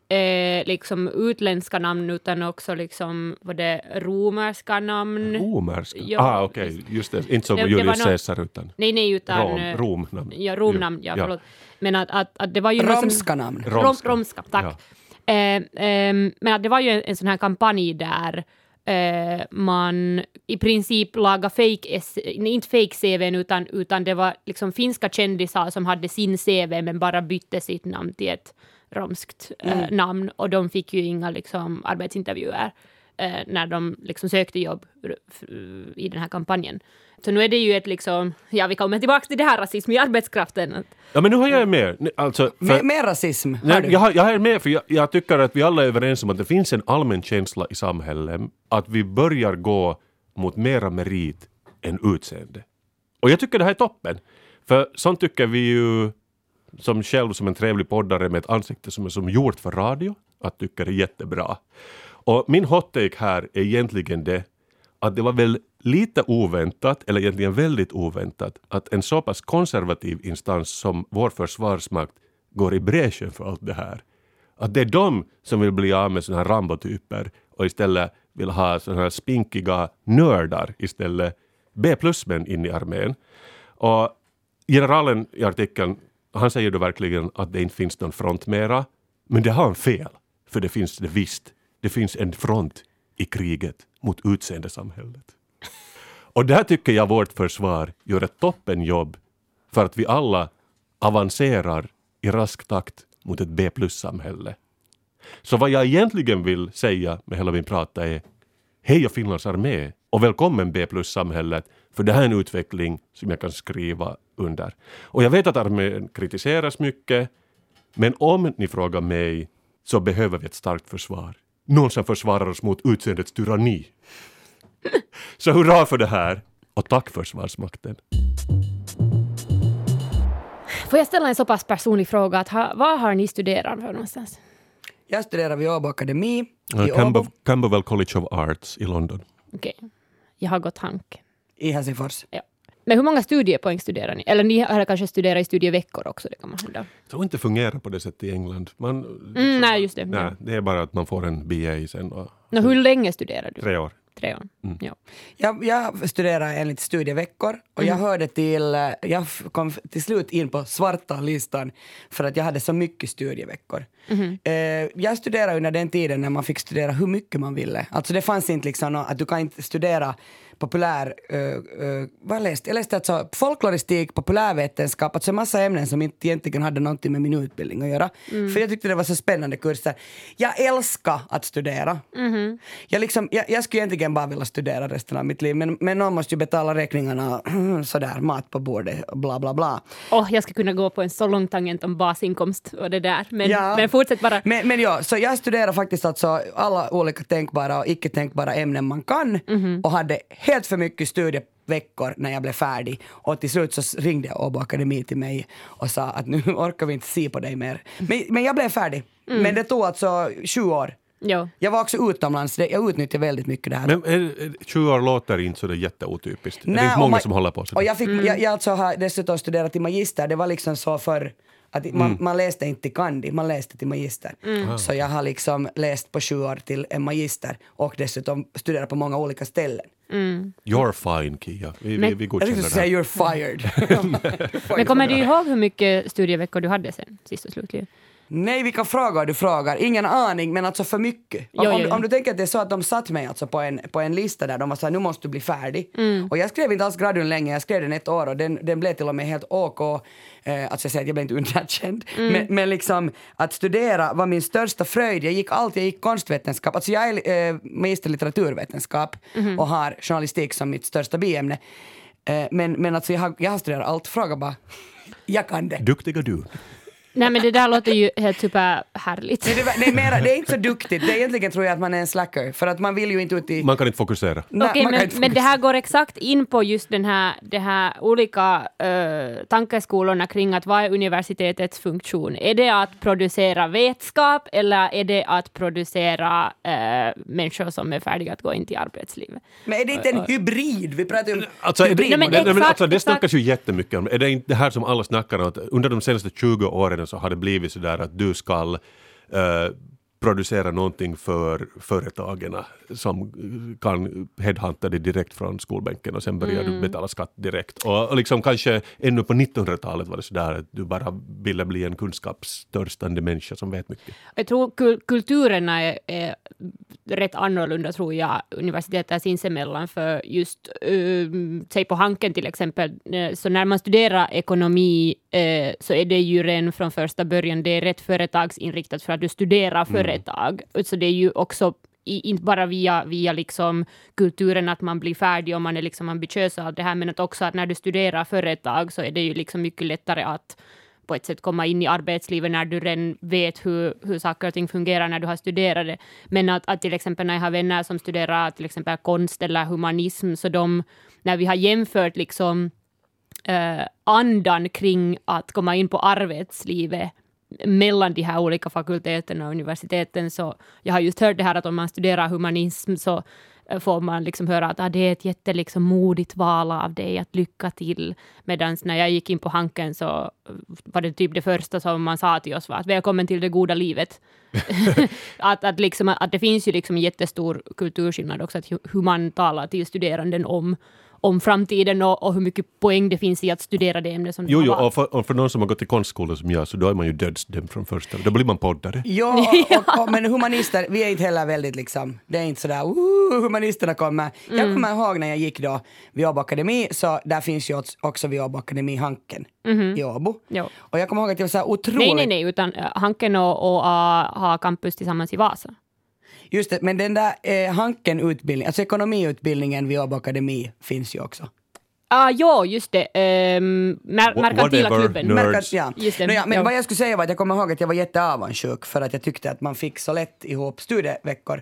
Speaker 3: eh, liksom utländska namn utan också liksom var det romerska namn.
Speaker 1: Romerska?
Speaker 3: Ja.
Speaker 1: Ah, okej, just det. Inte som
Speaker 3: Det- det
Speaker 1: Julius
Speaker 3: var nå-
Speaker 1: Caesar utan
Speaker 3: Nej, nej, utan...
Speaker 1: Rom,
Speaker 3: eh,
Speaker 1: Romnamn.
Speaker 3: Ja, romnamn, ja,
Speaker 1: Ja.
Speaker 3: förlåt. Men att, att, att det var ju... något som-
Speaker 2: Romska namn.
Speaker 3: Rom,
Speaker 1: Romska.
Speaker 3: romska, tack. Eh, ehm, men att det var ju en, en sån här kampanj där eh, man i princip lagade fake, S- nej, inte fake C V:n utan, utan det var liksom finska kändisar som hade sin C V men bara bytte sitt namn till ett romskt eh, namn och de fick ju inga liksom, arbetsintervjuer eh, när de liksom sökte jobb r- f- i den här kampanjen. Så nu är det ju ett liksom, ja vi kommer tillbaka till det här rasism i arbetskraften. Att,
Speaker 1: Ja, men nu har jag med. Nu, Alltså, för,
Speaker 2: Mer, mer rasism, hör
Speaker 1: nej,
Speaker 2: du?
Speaker 1: jag, har, jag är med för jag, jag tycker att vi alla är överens om att det finns en allmän känsla i samhället att vi börjar gå mot mera merit än utseende. Och jag tycker det här är toppen. För sånt tycker vi ju som själv som en trevlig poddare med ett ansikte som är som gjort för radio att tycker det är jättebra. Och min hot take här är egentligen det att det var väl lite oväntat, eller egentligen väldigt oväntat, att en så pass konservativ instans som vår försvarsmakt går i bräschen för allt det här. Att det är de som vill bli av med sådana här Rambo-typer och istället vill ha sådana här spinkiga nördar istället B plus-män in i armén. Och generalen i artikeln, han säger då verkligen att det inte finns någon front mera, men det har han fel, för det finns det visst. Det finns en front i kriget mot utseendesamhället. Och där tycker jag vårt försvar gör ett toppenjobb för att vi alla avancerar i rask takt mot ett B plus-samhälle. Så vad jag egentligen vill säga med hela min prata är hej och Finlands armé och välkommen B plus-samhället, för det här är en utveckling som jag kan skriva under. Och jag vet att armén kritiseras mycket, men om ni frågar mig så behöver vi ett starkt försvar. Någon som försvarar oss mot utseendets tyranni. Så hurra för det här. Och tack Försvarsmakten.
Speaker 3: Får jag ställa en så pass personlig fråga? Att ha, vad har ni studerat för någonstans?
Speaker 2: Jag studerar vid Åbo Akademi
Speaker 1: Uh,
Speaker 2: i
Speaker 1: Camber-
Speaker 2: Åbo,
Speaker 1: Camberwell College of Arts i London.
Speaker 3: Okej, okay. Jag har gått Hank.
Speaker 2: i Helsingfors.
Speaker 3: Ja. Men hur många studiepoäng studerar ni? Eller ni har kanske studerat i studieveckor också, det kan man hända.
Speaker 1: Jag tror inte det fungerar på det sättet i England. Man,
Speaker 3: Mm,
Speaker 1: så,
Speaker 3: nej, just det.
Speaker 1: Nej,
Speaker 3: Ja.
Speaker 1: det är bara att man får en B A sen. Och,
Speaker 3: Nå, hur länge studerar du?
Speaker 1: Tre år.
Speaker 3: Tre år.
Speaker 1: Mm.
Speaker 3: Ja.
Speaker 2: Jag, jag studerar enligt studieveckor och jag hörde till, eh, jag f- kom till slut in på svarta listan för att jag hade så mycket studieveckor. Eh, jag studerade under den tiden när man fick studera hur mycket man ville. Alltså det fanns inte liksom nå- att du kan inte studera populär, uh, uh, vad läste jag? läste alltså folkloristik, populärvetenskap, alltså en massa ämnen som inte egentligen hade någonting med min utbildning att göra. För jag tyckte det var så spännande kurser. Jag älskar att studera.
Speaker 3: Mm-hmm.
Speaker 2: Jag, liksom, jag, jag skulle egentligen bara vilja studera resten av mitt liv, men, men någon måste ju betala räkningarna, sådär, mat på bordet, bla bla bla.
Speaker 3: Oh, jag ska kunna gå på en så lång tangent om basinkomst och det där. Men,
Speaker 2: Ja.
Speaker 3: men fortsätt bara.
Speaker 2: Men, men ja, så jag studerar faktiskt alltså alla olika tänkbara och icke tänkbara ämnen man kan
Speaker 3: Mm-hmm.
Speaker 2: och hade helt för mycket studieveckor när jag blev färdig. Och till slut så ringde jag Åbo Akademi till mig och sa att nu orkar vi inte se på dig mer. Men, men jag blev färdig.
Speaker 3: Mm.
Speaker 2: Men det tog alltså sju år.
Speaker 3: Jo.
Speaker 2: Jag var också utomlands, det- jag utnyttjade väldigt mycket det här.
Speaker 1: Men är, är, tjugo år låter inte så det är jätteotypiskt. Det
Speaker 2: Nej,
Speaker 1: är inte
Speaker 2: och
Speaker 1: många
Speaker 2: man-
Speaker 1: som håller på så.
Speaker 2: Och jag, fick, jag, jag alltså har dessutom studerat till magister. Det var liksom så för att man, man läste inte till kandi, man läste till magister. Så jag har liksom läst på sju år till en magister och dessutom studerat på många olika ställen.
Speaker 1: You're fine, Kia. Vi, vi,
Speaker 3: Men-
Speaker 1: vi
Speaker 2: Jag
Speaker 1: godkänner
Speaker 2: skulle
Speaker 1: det
Speaker 2: säga
Speaker 1: här.
Speaker 2: you're fired.
Speaker 3: Men kommer du ihåg hur mycket studieveckor du hade sen, sist och slutligen?
Speaker 2: Nej, vilka frågor du frågar. Ingen aning, men alltså för mycket.
Speaker 3: Jo,
Speaker 2: om,
Speaker 3: jo,
Speaker 2: om,
Speaker 3: jo.
Speaker 2: om du tänker att det är så att de satt mig alltså på, en, på en lista där de var så här, nu måste du bli färdig.
Speaker 3: Mm.
Speaker 2: Och jag skrev inte alls gradun länge, jag skrev den ett år och den, den blev till och med helt OK. Eh, alltså jag säger att jag blev inte underkänd.
Speaker 3: Mm.
Speaker 2: Men, men liksom att studera var min största fröjd. Jag gick allt, jag gick konstvetenskap. Alltså jag är eh, magister i litteraturvetenskap
Speaker 3: Mm-hmm.
Speaker 2: och har journalistik som mitt största biämne. Eh, men, men alltså jag har, jag har studerat allt, fråga bara. Jag kan det.
Speaker 1: Duktiga du.
Speaker 3: Nej, men det där låter ju helt superhärligt.
Speaker 2: Nej, det, var- nej, mera, det är inte så duktigt. Det är egentligen tror jag att man är en slacker. För att man vill ju inte ut i...
Speaker 1: Man kan inte fokusera.
Speaker 2: Nej,
Speaker 3: Okej,
Speaker 2: man kan
Speaker 3: men,
Speaker 2: inte
Speaker 3: men det
Speaker 2: fokusera.
Speaker 3: här går exakt in på just den här, det här olika uh, tankeskolorna kring att vad är universitetets funktion? Är det att producera vetskap eller är det att producera uh, människor som är färdiga att gå in till arbetslivet?
Speaker 2: Men är det inte en hybrid? Vi pratar ju om
Speaker 1: Alltså, är det,
Speaker 2: hybrid.
Speaker 3: Nej, men
Speaker 1: det, det,
Speaker 3: exakt,
Speaker 1: alltså, det
Speaker 3: exakt.
Speaker 1: snackas ju jättemycket om. Är det inte det här som alla snackar om? Att under de senaste tjugo åren så har det blivit så där att du ska eh, producera någonting för företagen som kan headhunta dig direkt från skolbänken och sen börjar
Speaker 3: Mm.
Speaker 1: du betala skatt direkt. Och, och liksom kanske ännu på nittonhundratalet var det så där att du bara ville bli en kunskapstörstande människa som vet mycket.
Speaker 3: Jag tror kul- kulturerna är, är rätt annorlunda, tror jag, universitetet sinsemellan, för just uh, säg på Hanken till exempel, eh, så när man studerar ekonomi eh, så är det ju redan från första början, det är rätt företagsinriktat för att du studerar företag. Så det är ju också i, inte bara via, via liksom kulturen att man blir färdig och man är liksom ambitiös av det här, men att också att när du studerar företag så är det ju liksom mycket lättare att på ett sätt komma in i arbetslivet när du redan vet hur, hur saker och ting fungerar när du har studerat det. Men att, att till exempel när jag har vänner som studerar till exempel konst eller humanism, så de, när vi har jämfört liksom eh, andan kring att komma in på arbetslivet mellan de här olika fakulteterna och universiteten, så jag har just hört det här att om man studerar humanism så får man liksom höra att ah, det är ett jätte liksom modigt val av dig, att lycka till. Medan när jag gick in på Hanken så var det typ det första som man sa till oss var att välkommen till det goda livet. att, att, liksom, att det finns ju liksom en jättestor kulturskillnad också, att hur man talar till studeranden om om framtiden och, och hur mycket poäng det finns i att studera det ämne som
Speaker 1: Jo,
Speaker 3: du
Speaker 1: jo
Speaker 3: har valt.
Speaker 1: och, för, och för någon som har gått i konstskola som jag så då är man ju dödsdömd från första. Då blir man poddare.
Speaker 2: Ja, och, och, men humanister, vi är inte heller väldigt liksom, det är inte sådär, uh, humanisterna kommer. Jag kommer ihåg när jag gick då vid Åbo Akademi, så där finns ju också vid Åbo Akademi Hanken i Åbo.
Speaker 3: Jo.
Speaker 2: Och jag kommer ihåg att jag var så här otroligt...
Speaker 3: Nej, nej, nej, utan uh, Hanken och, och uh, har campus tillsammans i Vasa.
Speaker 2: Just det, men den där eh, Hanken-utbildningen, alltså ekonomiutbildningen vid Åbo Akademi finns ju också.
Speaker 3: Ah, jo, just det. Um, mer-
Speaker 1: Wha-
Speaker 3: merkantila
Speaker 1: whatever,
Speaker 3: klubben.
Speaker 1: nerd.
Speaker 2: Merkat, ja.
Speaker 3: Just det,
Speaker 2: No, ja, men
Speaker 3: ja.
Speaker 2: vad jag skulle säga var att jag kommer ihåg att jag var jätteavundsjuk för att jag tyckte att man fick så lätt ihop studieveckor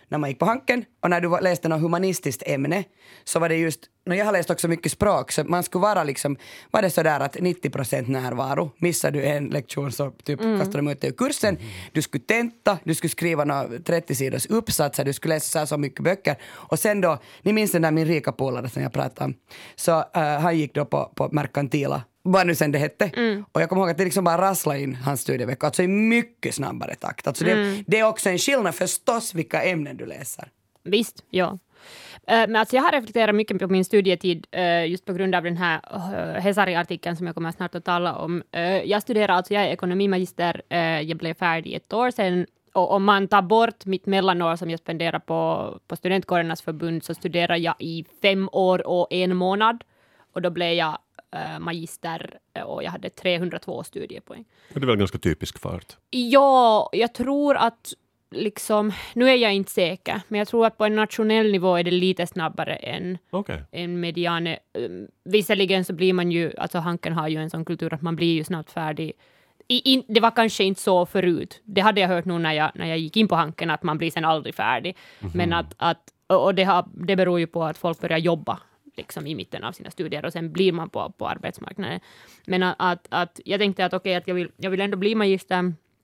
Speaker 2: när man gick på Hanken, och när du var, läste något humanistiskt ämne så var det just, när jag har läst också mycket språk, så man skulle vara liksom, var det sådär att nittio procent närvaro, missar du en lektion så typ mm. kastar de ut dig ur kursen, du skulle tenta, du skulle skriva några trettio sidors uppsatser, du skulle läsa så, här så mycket böcker, och sen då, ni minns den där min rika polare som jag pratade om, så uh, han gick då på, på merkantila, vad nu sen det hette. Mm. Och jag kommer ihåg att det liksom bara rasslade in hans studievecka. Alltså i mycket snabbare takt. Alltså mm. det, det är också en skillnad förstås vilka ämnen du läser.
Speaker 3: Visst, ja. Uh, men alltså jag har reflekterat mycket på min studietid uh, just på grund av den här uh, Hesari-artikeln som jag kommer snart att tala om. Uh, jag studerar, alltså jag är ekonomimagister. Uh, jag blev färdig ett år sedan. Och om man tar bort mitt mellanår som jag spenderar på, på Studentkårernas förbund, så studerar jag i fem år och en månad. Och då blev jag magister och jag hade trehundratvå studiepoäng.
Speaker 1: Det är väl ganska typisk fart?
Speaker 3: Ja, jag tror att liksom, nu är jag inte säker, men jag tror att på en nationell nivå är det lite snabbare än,
Speaker 1: okay.
Speaker 3: än mediane. Visserligen så blir man ju, alltså Hanken har ju en sån kultur att man blir ju snabbt färdig. I, in, det var kanske inte så förut. Det hade jag hört nog när jag, när jag gick in på Hanken, att man blir sen aldrig färdig. Mm-hmm. Men att, att och det, har, det beror ju på att folk börjar jobba liksom i mitten av sina studier och sen blir man på, på arbetsmarknaden. Men att, att, att jag tänkte att okej, okay, att jag vill, jag vill ändå bli magister,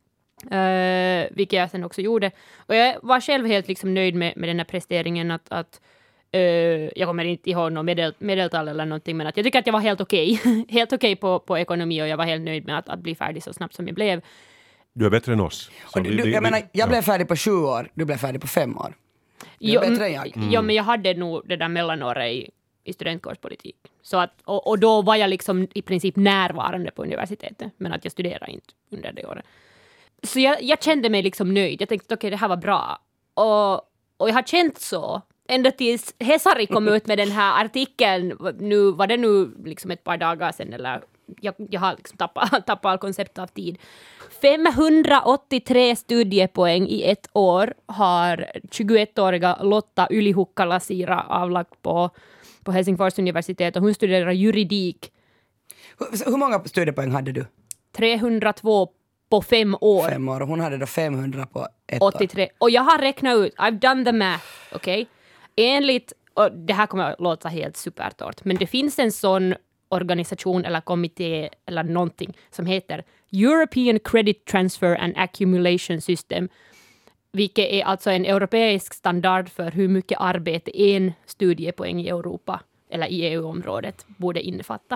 Speaker 3: uh, vilket jag sen också gjorde. Och jag var själv helt liksom nöjd med, med den här presteringen att, att uh, jag kommer inte ihåg något medel, medeltal eller någonting, men att jag tycker att jag var helt okej. Okay. helt okej okay på, på ekonomi, och jag var helt nöjd med att, att bli färdig så snabbt som jag blev.
Speaker 1: Du är bättre än oss.
Speaker 2: Och du, du, jag menar, jag blev färdig på sju år, du blev färdig på fem år. Du är bättre än jag.
Speaker 3: Mm. Ja, men jag hade nog det där mellanåret i i studentkårspolitik. Så att, och, och då var jag liksom i princip närvarande på universitetet, men att jag studerade inte under det året. Så jag, jag kände mig liksom nöjd. Jag tänkte att okej, okay, det här var bra. Och, och jag har känt så ända tills Hesari kom ut med den här artikeln. Nu var det nu liksom ett par dagar sedan, eller jag, jag har liksom tappat, tappat all koncept av tid. femhundraåttiotre studiepoäng i ett år har tjugoettåriga Lotta Ylihukkala-Sira avlagt på på Helsingfors universitet, och hon studerar juridik.
Speaker 2: Hur, hur många studiepoäng hade du?
Speaker 3: trehundratvå på fem år.
Speaker 2: Fem år, och hon hade då femhundra på ett
Speaker 3: åttiotre.
Speaker 2: år.
Speaker 3: Och jag har räknat ut, I've done the math, okej? Okay? Enligt, och det här kommer att låta helt supertort, men det finns en sån organisation eller kommitté eller någonting som heter European Credit Transfer and Accumulation System, vilket är alltså en europeisk standard för hur mycket arbete en studiepoäng i Europa eller i E U-området borde innefatta.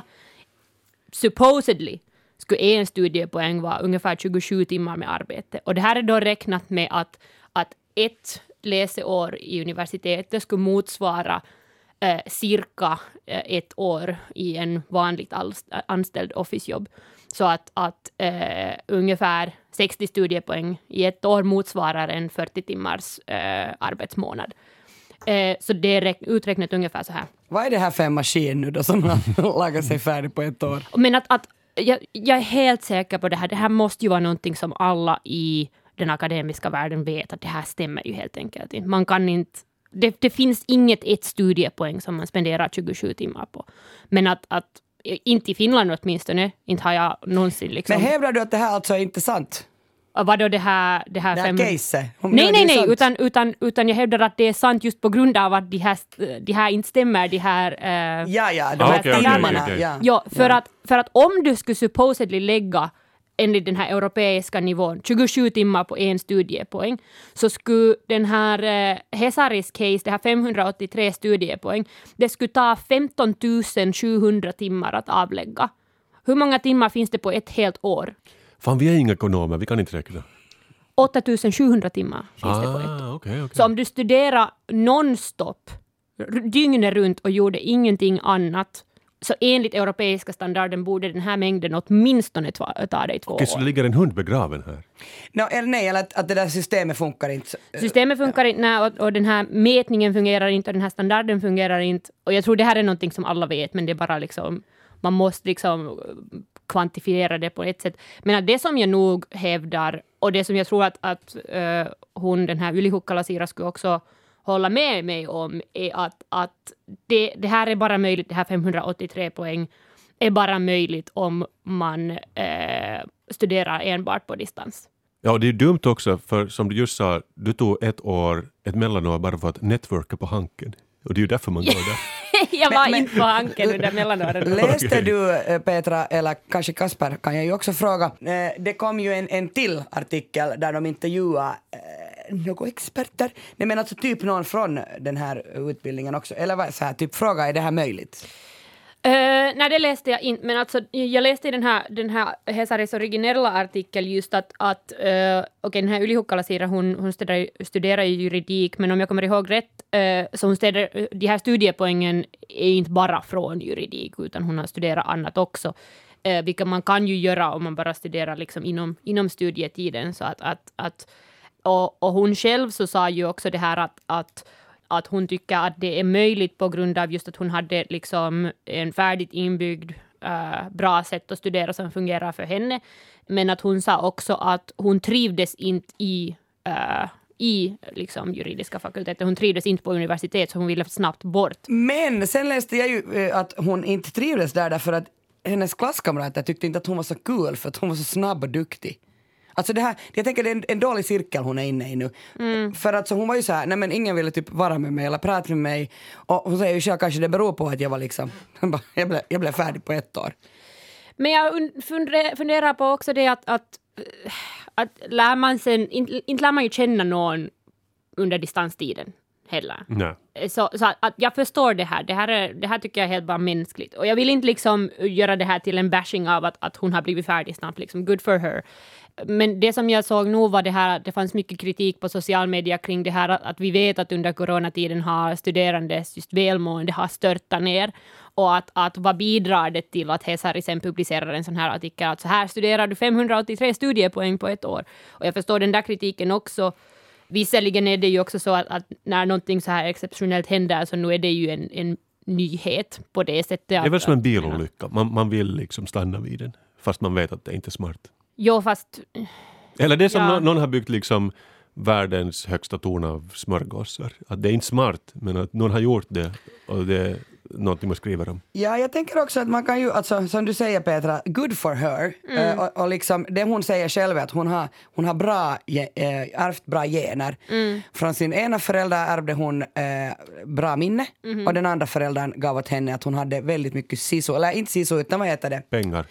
Speaker 3: Supposedly skulle en studiepoäng vara ungefär tjugosju timmar med arbete. Och det här är då räknat med att, att ett läsår i universitetet skulle motsvara eh, cirka eh, ett år i en vanligt anställd officejobb. Så att, att eh, ungefär sextio studiepoäng i ett år motsvarar en fyrtio timmars eh, arbetsmånad. Eh, så det är uträknat ungefär så här.
Speaker 2: Vad är det här för en maskin nu då som har lagat sig färdig på ett år?
Speaker 3: Men att, att jag, jag är helt säker på det här. Det här måste ju vara någonting som alla i den akademiska världen vet, att det här stämmer ju helt enkelt inte. Man kan inte, det, det finns inget ett studiepoäng som man spenderar tjugosju timmar på. Men att, att inte i Finland åtminstone, inte har jag någonsin liksom...
Speaker 2: Men hävdar du att det här alltså är inte sant?
Speaker 3: Vadå det här... Det här,
Speaker 2: det här
Speaker 3: fem...
Speaker 2: caset?
Speaker 3: Nej, nej, nej, utan, utan, utan jag hävdar att det är sant just på grund av att de här, de här inte stämmer, de här... Uh,
Speaker 2: ja, ja, de
Speaker 1: ah,
Speaker 2: här
Speaker 1: okay,
Speaker 2: standarderna.
Speaker 1: okay, okay.
Speaker 3: Ja, ja, för, ja. Att, för att om du skulle supposedly lägga enligt den här europeiska nivån tjugosju timmar på en studiepoäng, så skulle den här uh, Hesaris case, det här femhundraåttiotre studiepoäng, det skulle ta femton tusen sjuhundra timmar att avlägga. Hur många timmar finns det på ett helt år?
Speaker 1: Fan, vi är inga ekonomer, vi kan inte räkna.
Speaker 3: åtta tusen sjuhundra timmar finns
Speaker 1: ah,
Speaker 3: det på ett år.
Speaker 1: Okay, okay.
Speaker 3: Så om du studerar nonstop dygnet runt och gjorde ingenting annat, så enligt europeiska standarden borde den här mängden åtminstone ta, ta dig två
Speaker 1: okay,
Speaker 3: år.
Speaker 1: Så det ligger en hund begraven här?
Speaker 2: No, eller nej, eller att, att det där systemet funkar inte.
Speaker 3: Systemet funkar ja. inte, nej, och, och den här mätningen fungerar inte, och den här standarden fungerar inte. Och jag tror det här är någonting som alla vet, men det är bara liksom, man måste liksom kvantifiera det på ett sätt. Men det som jag nog hävdar, och det som jag tror att, att uh, hon, den här Ylihukkala-Sira, skulle också hålla med mig om, är att, att det, det här är bara möjligt, det här femhundraåttiotre poäng är bara möjligt om man eh, studerar enbart på distans.
Speaker 1: Ja, och det är dumt också, för som du just sa, du tog ett år, ett mellanår bara för att networka på Hanken. Och det är ju därför man går där.
Speaker 3: Jag var
Speaker 2: Men- men-
Speaker 3: inte på Hanken under mellanåren.
Speaker 2: Läste du, eh, Petra, eller kanske Kasper kan jag ju också fråga, eh, det kom ju en, en till artikel där de intervjuade eh, några experter. Nej, men alltså typ någon från den här utbildningen också. Eller vad, så här, typ fråga, är det här möjligt?
Speaker 3: Uh, nej, det läste jag inte, men alltså, jag läste i den här, den här Hesaris originella artikel just att, att uh, okej, okay, den här Yli-Hukkala-Siira, hon, hon studerar, studerar ju juridik, men om jag kommer ihåg rätt, uh, så hon studerar, de här studiepoängen är inte bara från juridik, utan hon har studerat annat också, uh, vilket man kan ju göra om man bara studerar liksom inom, inom studietiden, så att, att, att och, och hon själv så sa ju också det här att, att att hon tycker att det är möjligt på grund av just att hon hade liksom en färdigt inbyggd uh, bra sätt att studera som fungerar för henne. Men att hon sa också att hon trivdes inte i, uh, i liksom juridiska fakulteter. Hon trivdes inte på universitet, så hon ville snabbt bort.
Speaker 2: Men sen läste jag ju eh, att hon inte trivdes där därför att hennes klasskamrater tyckte inte att hon var så kul för att hon var så snabb och duktig. Alltså det här, jag tänker det är en, en dålig cirkel hon är inne i nu. Mm. För att så hon var ju så här, nej men ingen ville typ vara med mig eller prata med mig. Och hon säger ju själv kanske det beror på att jag var liksom, jag blev, jag blev färdig på ett år.
Speaker 3: Men jag funderar på också det att, att, att lär man sen, inte, inte lär man ju känna någon under distanstiden heller.
Speaker 1: Nej.
Speaker 3: Så, så att, att jag förstår det här. Det här, är, det här tycker jag är helt bara mänskligt. Och jag vill inte liksom göra det här till en bashing av att, att hon har blivit färdig snabbt. Liksom. Good for her. Men det som jag såg nu var det här, det fanns mycket kritik på social media kring det här att, att vi vet att under coronatiden har studerandes just välmående har störtat ner. Och att, att vad bidrar det till att Hesari sen publicerar en sån här artikel att så här studerar du femhundraåttiotre studiepoäng på ett år. Och jag förstår den där kritiken också. Visserligen är det ju också så att, att när någonting så här exceptionellt händer så nu är det ju en, en nyhet på det sättet.
Speaker 1: Det är väl som en bilolycka. Man, man vill liksom stanna vid den. Fast man vet att det inte är smart.
Speaker 3: Jo, fast...
Speaker 1: Eller det som
Speaker 3: Ja.
Speaker 1: någon, någon har byggt liksom världens högsta torn av smörgåsar. Att det är inte smart, men att någon har gjort det. Och det är någonting man skriver om.
Speaker 2: Ja, jag tänker också att man kan ju, alltså, som du säger Petra, good for her.
Speaker 3: Mm.
Speaker 2: Eh, och, och liksom, det hon säger själv är att hon har, hon har bra, ge- äh, ärvt bra gener.
Speaker 3: Mm.
Speaker 2: Från sin ena förälder ärvde hon äh, bra minne
Speaker 3: Mm-hmm.
Speaker 2: och den andra föräldern gav åt henne att hon hade väldigt mycket sisu, eller inte sisu utan vad heter det?
Speaker 1: Pengar.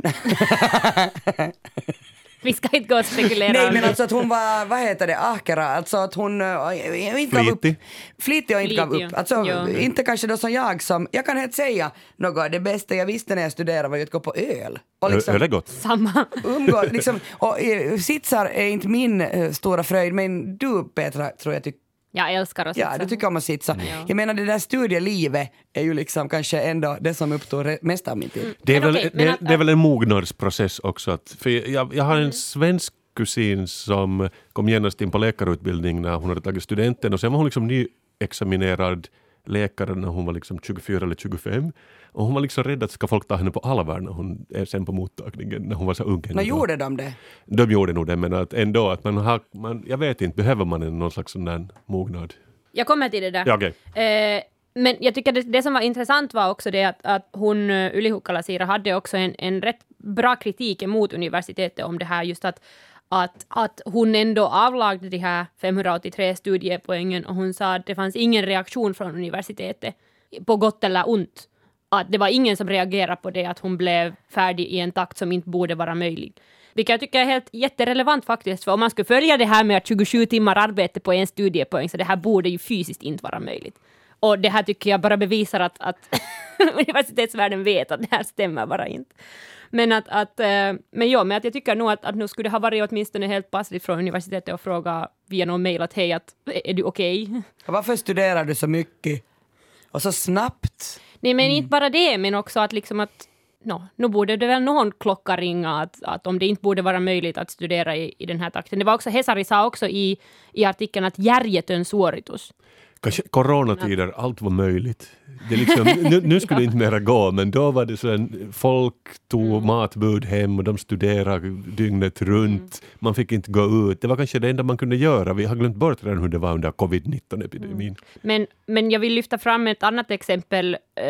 Speaker 3: Vi ska inte gå och spekulera
Speaker 2: Nej,
Speaker 3: om
Speaker 2: men
Speaker 3: det.
Speaker 2: alltså att hon var, vad heter det, ahkera, alltså att hon äh, inte gav upp.
Speaker 1: Flitig.
Speaker 2: Flitig och inte gav
Speaker 3: Flitig,
Speaker 2: upp.
Speaker 3: ja.
Speaker 2: Alltså
Speaker 3: Jo.
Speaker 2: inte kanske då som jag som, jag kan helt säga något, det bästa jag visste när jag studerade var ju att gå på öl. Och liksom,
Speaker 1: Öl är gott.
Speaker 3: Samma.
Speaker 2: umgås, liksom, och eh, sitsar är inte min eh, stora fröjd, men du Petra tror jag tycker,
Speaker 3: Jag älskar att
Speaker 2: ja
Speaker 3: sitsa.
Speaker 2: du tycker om att sitsa. Jag menar det där studielivet är ju liksom kanske ändå det som upptår re- mest av min tid.
Speaker 1: Det är,
Speaker 3: Men
Speaker 1: väl,
Speaker 3: okej, men
Speaker 1: det,
Speaker 3: att-
Speaker 1: det är väl en mognadsprocess också. Att, för jag, jag har en svensk kusin som kom genast in på läkarutbildning när hon hade tagit studenten. Och sen var hon liksom nyexaminerad läkare när hon var liksom tjugofyra eller tjugofem. Och hon var liksom rädd att ska folk ta henne på allvar när hon är sen på mottagningen, när hon var så ung.
Speaker 2: När gjorde de det?
Speaker 1: De gjorde nog det, men att ändå att man har, man, jag vet inte, behöver man en, någon slags sån där mognad?
Speaker 3: Jag kommer till det där.
Speaker 1: Ja, okej.
Speaker 3: Eh, men jag tycker det, det som var intressant var också det att, att hon, uh, Yli-Hukkala-Siira, hade också en, en rätt bra kritik emot universitetet om det här just att, att, att hon ändå avlagde de här femhundraåttiotre studiepoängen och hon sa att det fanns ingen reaktion från universitetet på gott eller ont. Att det var ingen som reagerade på det att hon blev färdig i en takt som inte borde vara möjlig. Vilket jag tycker är helt jätterelevant faktiskt, för om man skulle följa det här med att tjugosju timmar arbete på en studiepoäng, så det här borde ju fysiskt inte vara möjligt. Och det här tycker jag bara bevisar att, att universitetsvärlden vet att det här stämmer bara inte. Men att, att eh, men ja, men att jag tycker nog att, att nu skulle det ha varit åtminstone helt passligt från universitetet och fråga via någon mejl att hej, att är du okej? Okay?
Speaker 2: Varför studerar du så mycket? Och så snabbt?
Speaker 3: Nej, men inte bara det, men också att liksom att no, nu borde det väl någon klocka ringa att, att om det inte borde vara möjligt att studera i, i den här takten. Det var också, Hesari sa också i, i artikeln att järjetön suoritus.
Speaker 1: Kanske coronatider, allt var möjligt. Det är liksom, nu, nu skulle det inte mera gå, men då var det så en, folk tog
Speaker 3: Mm.
Speaker 1: matbud hem och de studerade dygnet runt.
Speaker 3: Mm.
Speaker 1: Man fick inte gå ut. Det var kanske det enda man kunde göra. Vi har glömt bort redan hur det var under covid nitton-epidemin.
Speaker 3: Men, men jag vill lyfta fram ett annat exempel eh,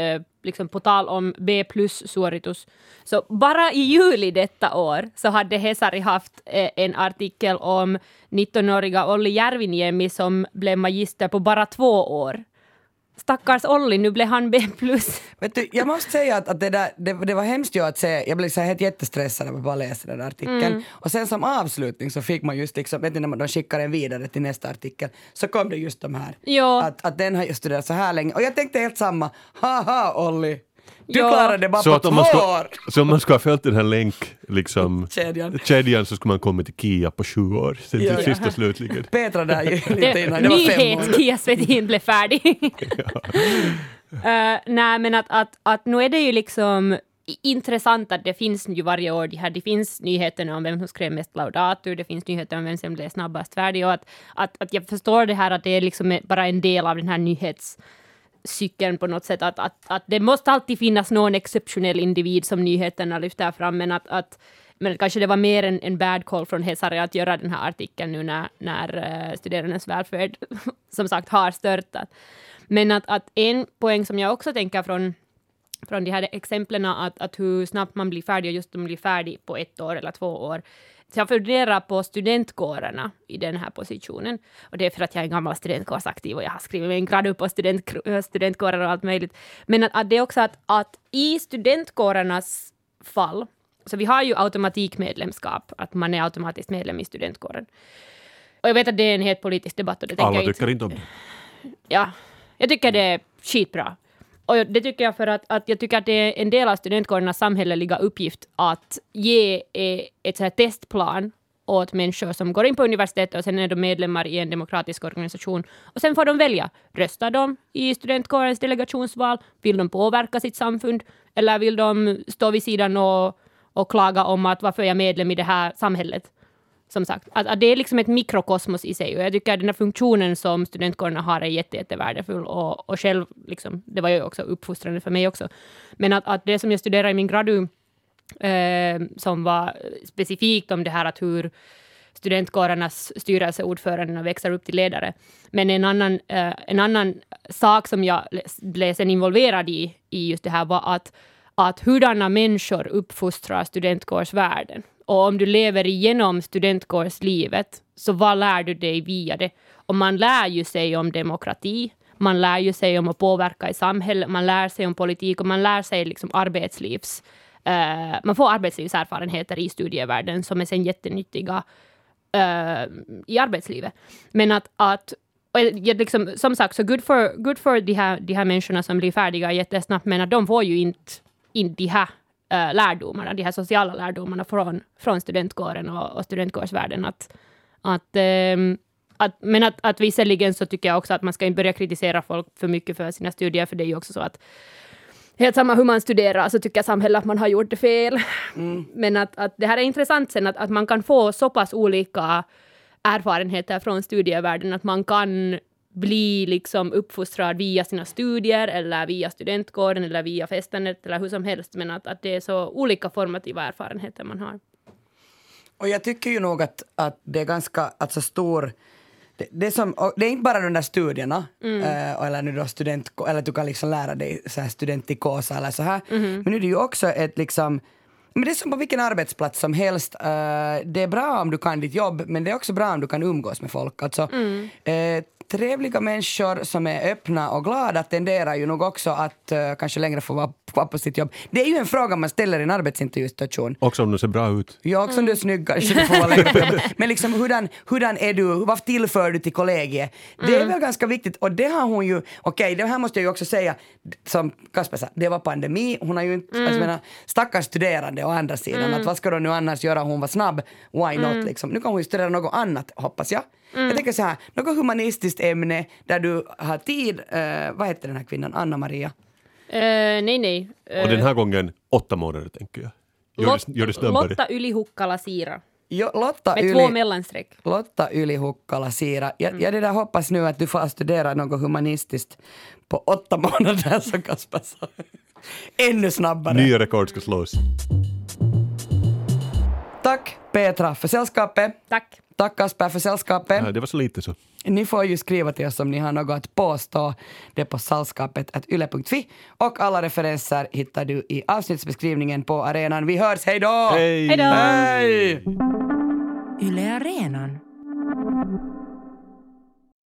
Speaker 3: liksom på tal om B plus suoritus. Så bara i juli detta år så hade Hesari haft eh, en artikel om nittonåriga Olli Järviniemi som blev magister på bara två år. Stackars Olli, nu blev han B plus.
Speaker 2: Vet du, jag måste säga att, att det, där, det, det var hemskt ju att se, jag blev så här helt jättestressad av att bara läsa den där artikeln. Mm. Och sen som avslutning så fick man just liksom, vet du, när de skickar en vidare till nästa artikel så kom det just de här.
Speaker 3: Ja.
Speaker 2: Att, att den har ju studerat så här länge. Och jag tänkte helt samma, haha Olli. Du
Speaker 3: ja.
Speaker 2: klarade det bara
Speaker 1: så
Speaker 2: på
Speaker 1: att
Speaker 2: två
Speaker 1: om man ska,
Speaker 2: år.
Speaker 1: Så om man ska ha följt den här länk liksom,
Speaker 2: kedjan.
Speaker 1: kedjan så ska man komma till Kia på sju år. Sen till
Speaker 2: Ja,
Speaker 1: sist
Speaker 2: ja.
Speaker 1: och slutligen.
Speaker 2: Petra där ju lite innan, det var fem år.
Speaker 3: Nyhet, Kia Svetin blev färdig. uh, nej, men att, att, att nu är det ju liksom intressant att det finns ju varje år de här, det finns nyheterna om vem som skrev mest laudatur, det finns nyheter om vem som blev snabbast färdig och att, att, att jag förstår det här att det är liksom bara en del av den här nyhets cykeln på något sätt, att, att, att det måste alltid finnas någon exceptionell individ som nyheterna lyfter fram, men att, att men kanske det var mer en, en bad call från Hesari att göra den här artikeln nu när, när uh, studerandes välfärd som sagt har störtat. Men att, att en poäng som jag också tänker från, från de här exemplen att, att hur snabbt man blir färdig och just om man blir färdig på ett år eller två år. Så jag funderar på studentkårerna i den här positionen. Och det är för att jag är en gammal studentkårsaktiv och jag har skrivit mig en grad upp på student, studentkårer och allt möjligt. Men att, att det är också att, att i studentkårernas fall, så vi har ju automatikmedlemskap, att man är automatiskt medlem i studentkåren. Och jag vet att det är en helt politisk debatt. Och det
Speaker 1: Alla
Speaker 3: jag
Speaker 1: tycker inte om det.
Speaker 3: Ja, jag tycker det är skitbra. Och det tycker jag för att, att jag tycker att det är en del av studentkårernas samhälleliga uppgift att ge ett så här testplan åt människor som går in på universitetet och sen är de medlemmar i en demokratisk organisation. Och sen får de välja. Röstar de i studentkårens delegationsval? Vill de påverka sitt samfund? Eller vill de stå vid sidan och, och klaga om att varför är jag medlem i det här samhället? Som sagt, att, att det är liksom ett mikrokosmos i sig och jag tycker att den här funktionen som studentkårerna har är jätte, jättevärdefull och, och själv, liksom, det var ju också uppfostrande för mig också. Men att, att det som jag studerar i min gradu eh, som var specifikt om det här att hur studentkårernas styrelseordförande växer upp till ledare. Men en annan, eh, en annan sak som jag blev sen involverad i, i just det här var att, att hurdana människor uppfostrar studentkårsvärlden. Och om du lever igenom studentkårslivet så vad lär du dig via det? Och man lär ju sig om demokrati, man lär ju sig om att påverka i samhället, man lär sig om politik och man lär sig liksom arbetslivs... Uh, man får arbetslivserfarenheter i studievärlden som är sen jättenyttiga uh, i arbetslivet. Men att... att och jag, liksom, som sagt, så good for, good for de, här, de här människorna som blir färdiga jättesnabbt, men att de får ju inte in de här Uh, lärdomarna, de här sociala lärdomarna från, från studentkåren och, och studentkårsvärlden. Att, att, um, att, men att, att visserligen så tycker jag också att man ska inte börja kritisera folk för mycket för sina studier, för det är ju också så att helt samma hur man studerar så tycker samhället att man har gjort det fel. Mm. Men att, att det här är intressant sen, att, att man kan få så pass olika erfarenheter från studievärlden, att man kan bli liksom uppfostrad via sina studier eller via studentkåren eller via festandet eller hur som helst, men att, att det är så olika formativa erfarenheter man har.
Speaker 2: Och jag tycker ju nog att, att det är ganska alltså stor det, det, är som, det är inte bara de där studierna mm. äh, eller nu då student eller du kan liksom lära dig så här studentikosa eller så här, mm. men nu är det ju också ett liksom, men det är som på vilken arbetsplats som helst. Uh, det är bra om du kan ditt jobb, men det är också bra om du kan umgås med folk. Alltså, mm. uh, trevliga människor som är öppna och glada tenderar ju nog också att uh, kanske längre få vara kvar på sitt jobb. Det är ju en fråga man ställer i en arbetsintervjustation.
Speaker 1: Också om du ser bra ut.
Speaker 2: Ja, också om du är snygg kanske du får vara längre på jobbet. Men liksom, hurdan, hurdan är du? Vad tillför du till kollegiet? Mm. Det är väl ganska viktigt. Och det har hon ju, okej, okay, det här måste jag ju också säga, som Kasper sa, det var pandemi. Hon har ju inte, mm. alltså, menar, stackars studerande å andra sidan. Mm. Att vad ska de nu annars göra? Hon var snabb. Why not? Mm. Liksom. Nu kan hon ju studera något annat, hoppas jag. Mm. Jag tänker så här, något humanistiskt ämne där du har tid. Uh, vad heter den här kvinnan? Anna-Maria?
Speaker 3: Uh, nej, nej. Uh,
Speaker 1: och den här gången åtta månader, tänker jag. Gör
Speaker 3: Lot-
Speaker 1: det, gör det snabbare.
Speaker 3: Lotta Yli-Hukkala-Siira.
Speaker 2: Jo, Lotta
Speaker 3: med
Speaker 2: Yli,
Speaker 3: två mellanstreck.
Speaker 2: Lotta Yli-Hukkala-Siira. Jag, mm. jag det där hoppas nu att du får studera något humanistiskt på åtta månader, som Kasper sa. Ännu snabbare.
Speaker 1: Nya rekord ska slås.
Speaker 2: Tack Petra för sällskapet.
Speaker 3: Tack.
Speaker 2: Tack Kasper för sällskapet.
Speaker 1: Ja, det var så lite så.
Speaker 2: Ni får ju skriva till oss om ni har något att påstå. Det är på sällskapet at yle punkt fi. Och alla referenser hittar du i avsnittsbeskrivningen på arenan. Vi hörs, hej då!
Speaker 1: Hej!
Speaker 3: Hej då!
Speaker 2: Hej!
Speaker 5: Yle Arenan.